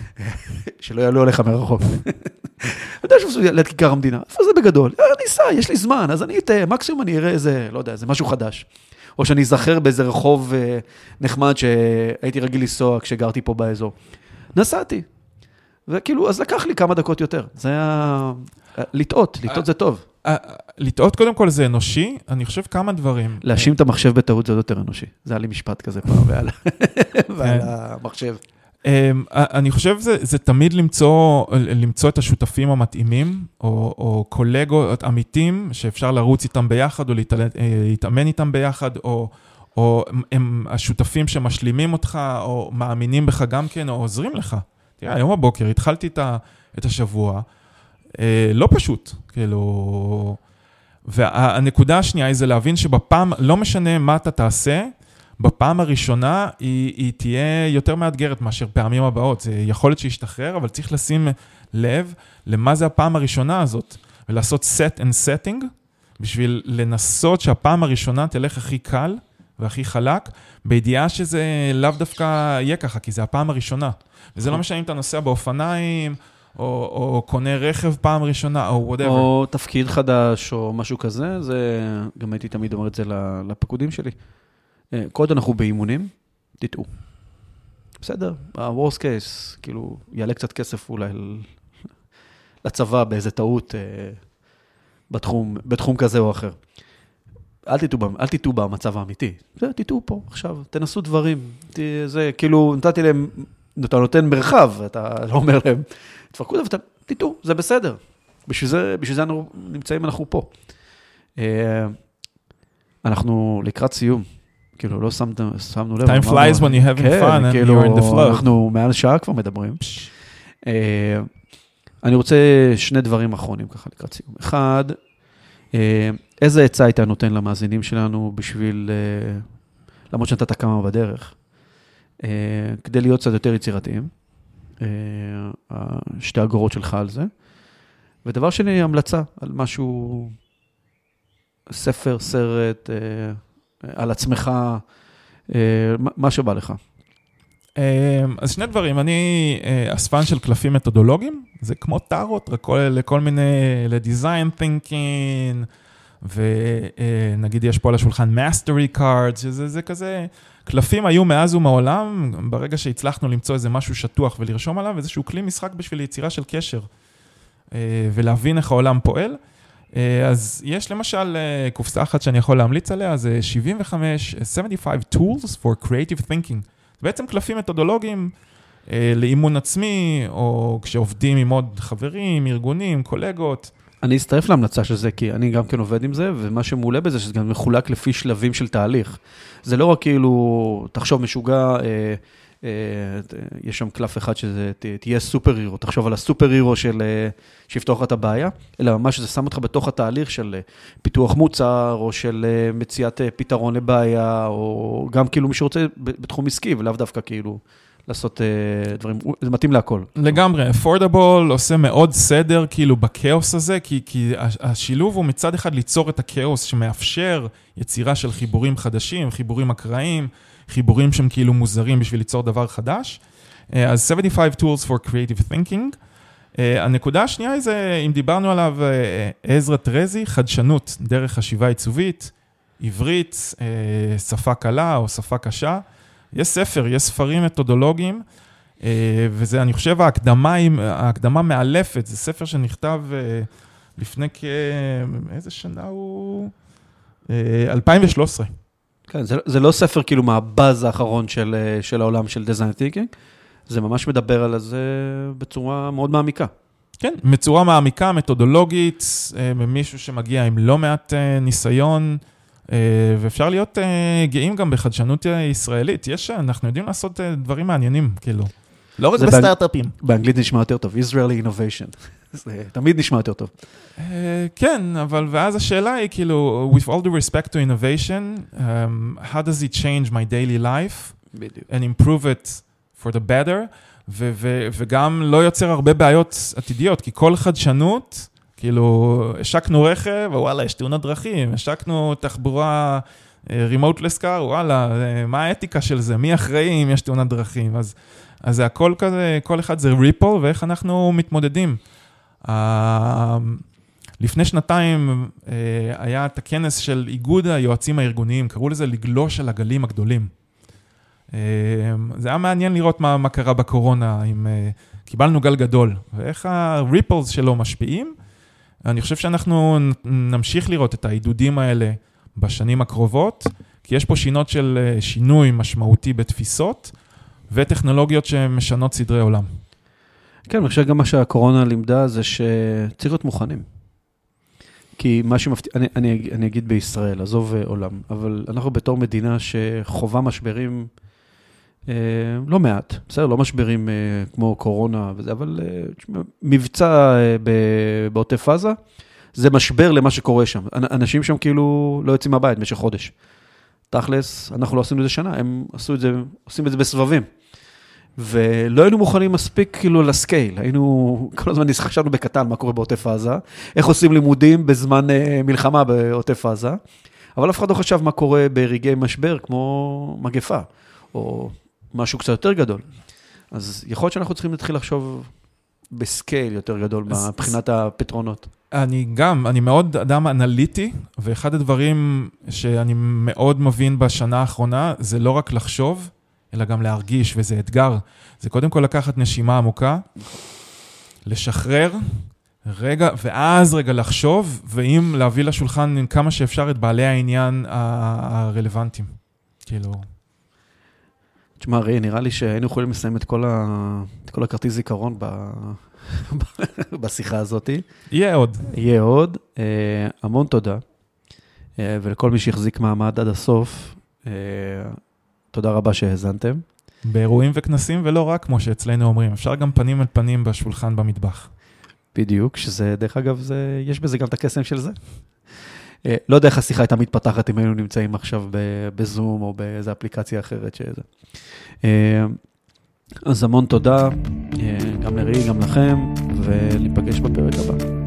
שלא יעלו עליך מרחוק. אני יודע שזה ליד כיכר המדינה. איפה זה בגדול? אני אסע, יש לי זמן, אז אני אתאה, מקסימום אני אראה איזה, לא יודע, איזה משהו חדש. או שאני אזכר באיזה רחוב נחמד שהייתי רגיל לנסוע כשגרתי פה באזור. נסעתי. וכאילו, אז לקח לי כמה דקות יותר. זה היה... לטעות, לטעות זה טוב. לטעות קודם כל זה אנושי, אני חושב כמה דברים. להאשים את המחשב בטעות זה יותר אנושי. זה היה לי משפט כזה פעם, ועל המחשב. אני חושב זה תמיד למצוא את השותפים המתאימים, או קולגות אמיתים, שאפשר לרוץ איתם ביחד, או להתאמן איתם ביחד, או הם השותפים שמשלימים אותך, או מאמינים בך גם כן, או עוזרים לך. תראה, היום הבוקר התחלתי את השבוע, לא פשוט, כאילו... והנקודה השנייה היא זה להבין שבפעם, לא משנה מה אתה תעשה, בפעם הראשונה היא, היא תהיה יותר מאתגרת מאשר פעמים הבאות. זה יכול להיות שישתחרר, אבל צריך לשים לב למה זה הפעם הראשונה הזאת, ולעשות set and setting, בשביל לנסות שהפעם הראשונה תלך הכי קל והכי חלק, בידיעה שזה לאו דווקא יהיה ככה, כי זה הפעם הראשונה. וזה לא משנה אם אתה נוסע באופניים, או, או קונה רכב פעם ראשונה, או whatever. או תפקיד חדש, או משהו כזה, זה, גם הייתי תמיד אומר את זה לפקודים שלי. קודם אנחנו באימונים, תטעו. בסדר, ה-worst case, כאילו, יעלה קצת כסף אולי לצבא באיזה טעות בתחום, בתחום כזה או אחר. אל תטעו, אל תטעו במצב האמיתי. זה, תטעו פה, עכשיו, תנסו דברים. זה, כאילו, נתתי להם, אתה נותן מרחב, אתה לא אומר להם, תפרקו את זה, תטעו, זה בסדר. בשביל זה, בשביל זה אנחנו נמצאים, אנחנו פה. אנחנו לקראת סיום. כאילו, לא שמנו לב. Time flies when you're having fun and you're in the flow. אנחנו מעל שעה כבר מדברים. אני רוצה שני דברים אחרונים ככה לקראת סיום. אחד, איזה עצה היית נותן למאזינים שלנו בשביל, למרות שנתת כמה בדרך, כדי להיות קצת יותר יצירתיים, שתי אגורות שלך על זה. ודבר שני, המלצה על משהו, ספר, סרט, על עצמך, מה שבא לך. אז שני דברים, אני אספן של קלפים מתודולוגיים, זה כמו טארות, רק לכל מיני, לדיזיין תינקינג, ונגיד יש פה על השולחן mastery cards, שזה זה כזה, קלפים היו מאז ומעולם, ברגע שהצלחנו למצוא איזה משהו שטוח ולרשום עליו, איזשהו כלי משחק בשביל יצירה של קשר, ולהבין איך העולם פועל. אז יש למשל קופסה אחת שאני יכול להמליץ עליה, זה שבעים וחמש, שבעים וחמש tools for creative thinking. בעצם קלפים מתודולוגיים לאימון עצמי, או כשעובדים עם עוד חברים, ארגונים, קולגות. אני אצטרף להמלצה של זה, כי אני גם כן עובד עם זה, ומה שמעולה בזה, שזה גם מחולק לפי שלבים של תהליך. זה לא רק כאילו, תחשוב משוגע, אה, אה, יש שם קלף אחד שזה תהיה סופר הירו, תחשוב על הסופר הירו של, שיפתוח את הבעיה, אלא ממש זה שם אותך בתוך התהליך של פיתוח מוצר, או של מציאת פתרון לבעיה, או גם כאילו מי שרוצה בתחום עסקי, ולאו דווקא כאילו לעשות דברים, זה מתאים להכל. לגמרי, affordable עושה מאוד סדר כאילו בקאוס הזה, כי, כי השילוב הוא מצד אחד ליצור את הקאוס שמאפשר יצירה של חיבורים חדשים, חיבורים אקראיים, חיבורים שהם כאילו מוזרים בשביל ליצור דבר חדש. אז שבעים וחמש tools for creative thinking. הנקודה השנייה זה, אם דיברנו עליו, עזרא טרזי, חדשנות, דרך חשיבה עיצובית, עברית, שפה קלה או שפה קשה. יש ספר, יש ספרים מתודולוגיים, וזה, אני חושב, ההקדמה, ההקדמה מאלפת, זה ספר שנכתב לפני כ... איזה שנה הוא? אלפיים ושלוש עשרה. כן, זה, זה לא ספר כאילו מהבאז האחרון של, של העולם של design thinking, זה ממש מדבר על זה בצורה מאוד מעמיקה. כן, בצורה מעמיקה, מתודולוגית, ממישהו שמגיע עם לא מעט ניסיון, ואפשר להיות גאים גם בחדשנות ישראלית. יש, אנחנו יודעים לעשות דברים מעניינים, כאילו. לא רק בסטארט-אפים. באנגלית נשמע יותר טוב, Israeli Innovation. זה תמיד נשמע יותר טוב. כן, אבל ואז השאלה היא, כאילו, with all the respect to innovation, um, how does it change my daily life and improve it for the better, ו- ו- וגם לא יוצר הרבה בעיות עתידיות, כי כל חדשנות, כאילו, השקנו רכב, וואלה, יש תאונות דרכים, השקנו תחבורה remoteless car, וואלה, מה האתיקה של זה? מי אחראי אם יש תאונות דרכים? אז, אז זה הכל כזה, כל אחד זה ריפל, ואיך אנחנו מתמודדים. לפני שנתיים היה את הכנס של איגוד היועצים הארגוניים, קראו לזה לגלוש על הגלים הגדולים. זה היה מעניין לראות מה, מה קרה בקורונה, אם קיבלנו גל גדול, ואיך הריפלס שלו משפיעים. אני חושב שאנחנו נמשיך לראות את העידודים האלה בשנים הקרובות, כי יש פה שינות של שינוי משמעותי בתפיסות, וטכנולוגיות שמשנות סדרי עולם. כן, אני חושב גם מה שהקורונה לימדה זה שצריך להיות מוכנים. כי מה שמפתיע, אני, אני, אני אגיד בישראל, עזוב עולם, אבל אנחנו בתור מדינה שחובה משברים אה, לא מעט, בסדר, לא משברים אה, כמו קורונה וזה, אבל אה, מבצע אה, בעוטף עזה, זה משבר למה שקורה שם. אנשים שם כאילו לא יוצאים מהבית במשך חודש. תכלס, אנחנו לא עשינו את זה שנה, הם עשו את זה, עושים את זה בסבבים. ולא היינו מוכנים מספיק כאילו לסקייל, היינו, כל הזמן חשבנו בקטן מה קורה בעוטף עזה, איך עושים לימודים בזמן אה, מלחמה בעוטף עזה, אבל אף אחד לא חשב מה קורה ברגעי משבר, כמו מגפה, או משהו קצת יותר גדול. אז יכול להיות שאנחנו צריכים להתחיל לחשוב בסקייל יותר גדול, מבחינת הפתרונות. אני גם, אני מאוד אדם אנליטי, ואחד הדברים שאני מאוד מבין בשנה האחרונה, זה לא רק לחשוב, אלא גם להרגיש, וזה אתגר. זה קודם כל לקחת נשימה עמוקה, לשחרר, רגע, ואז רגע לחשוב, ואם להביא לשולחן כמה שאפשר את בעלי העניין הרלוונטיים. כאילו... תשמע, ראי, נראה לי שהיינו יכולים לסיים את כל, ה... את כל הכרטיס זיכרון ב... בשיחה הזאת. יהיה עוד. יהיה עוד. אה, המון תודה. אה, ולכל מי שהחזיק מעמד עד הסוף, אה, תודה רבה שהאזנתם. באירועים וכנסים ולא רק, כמו שאצלנו אומרים. אפשר גם פנים אל פנים בשולחן במטבח. בדיוק, שזה, דרך אגב, זה, יש בזה גם את הקסם של זה. לא יודע איך השיחה הייתה מתפתחת אם היינו נמצאים עכשיו בזום או באיזו אפליקציה אחרת שזה. אז המון תודה, גם לראי, גם לכם, ולהיפגש בפרק הבא.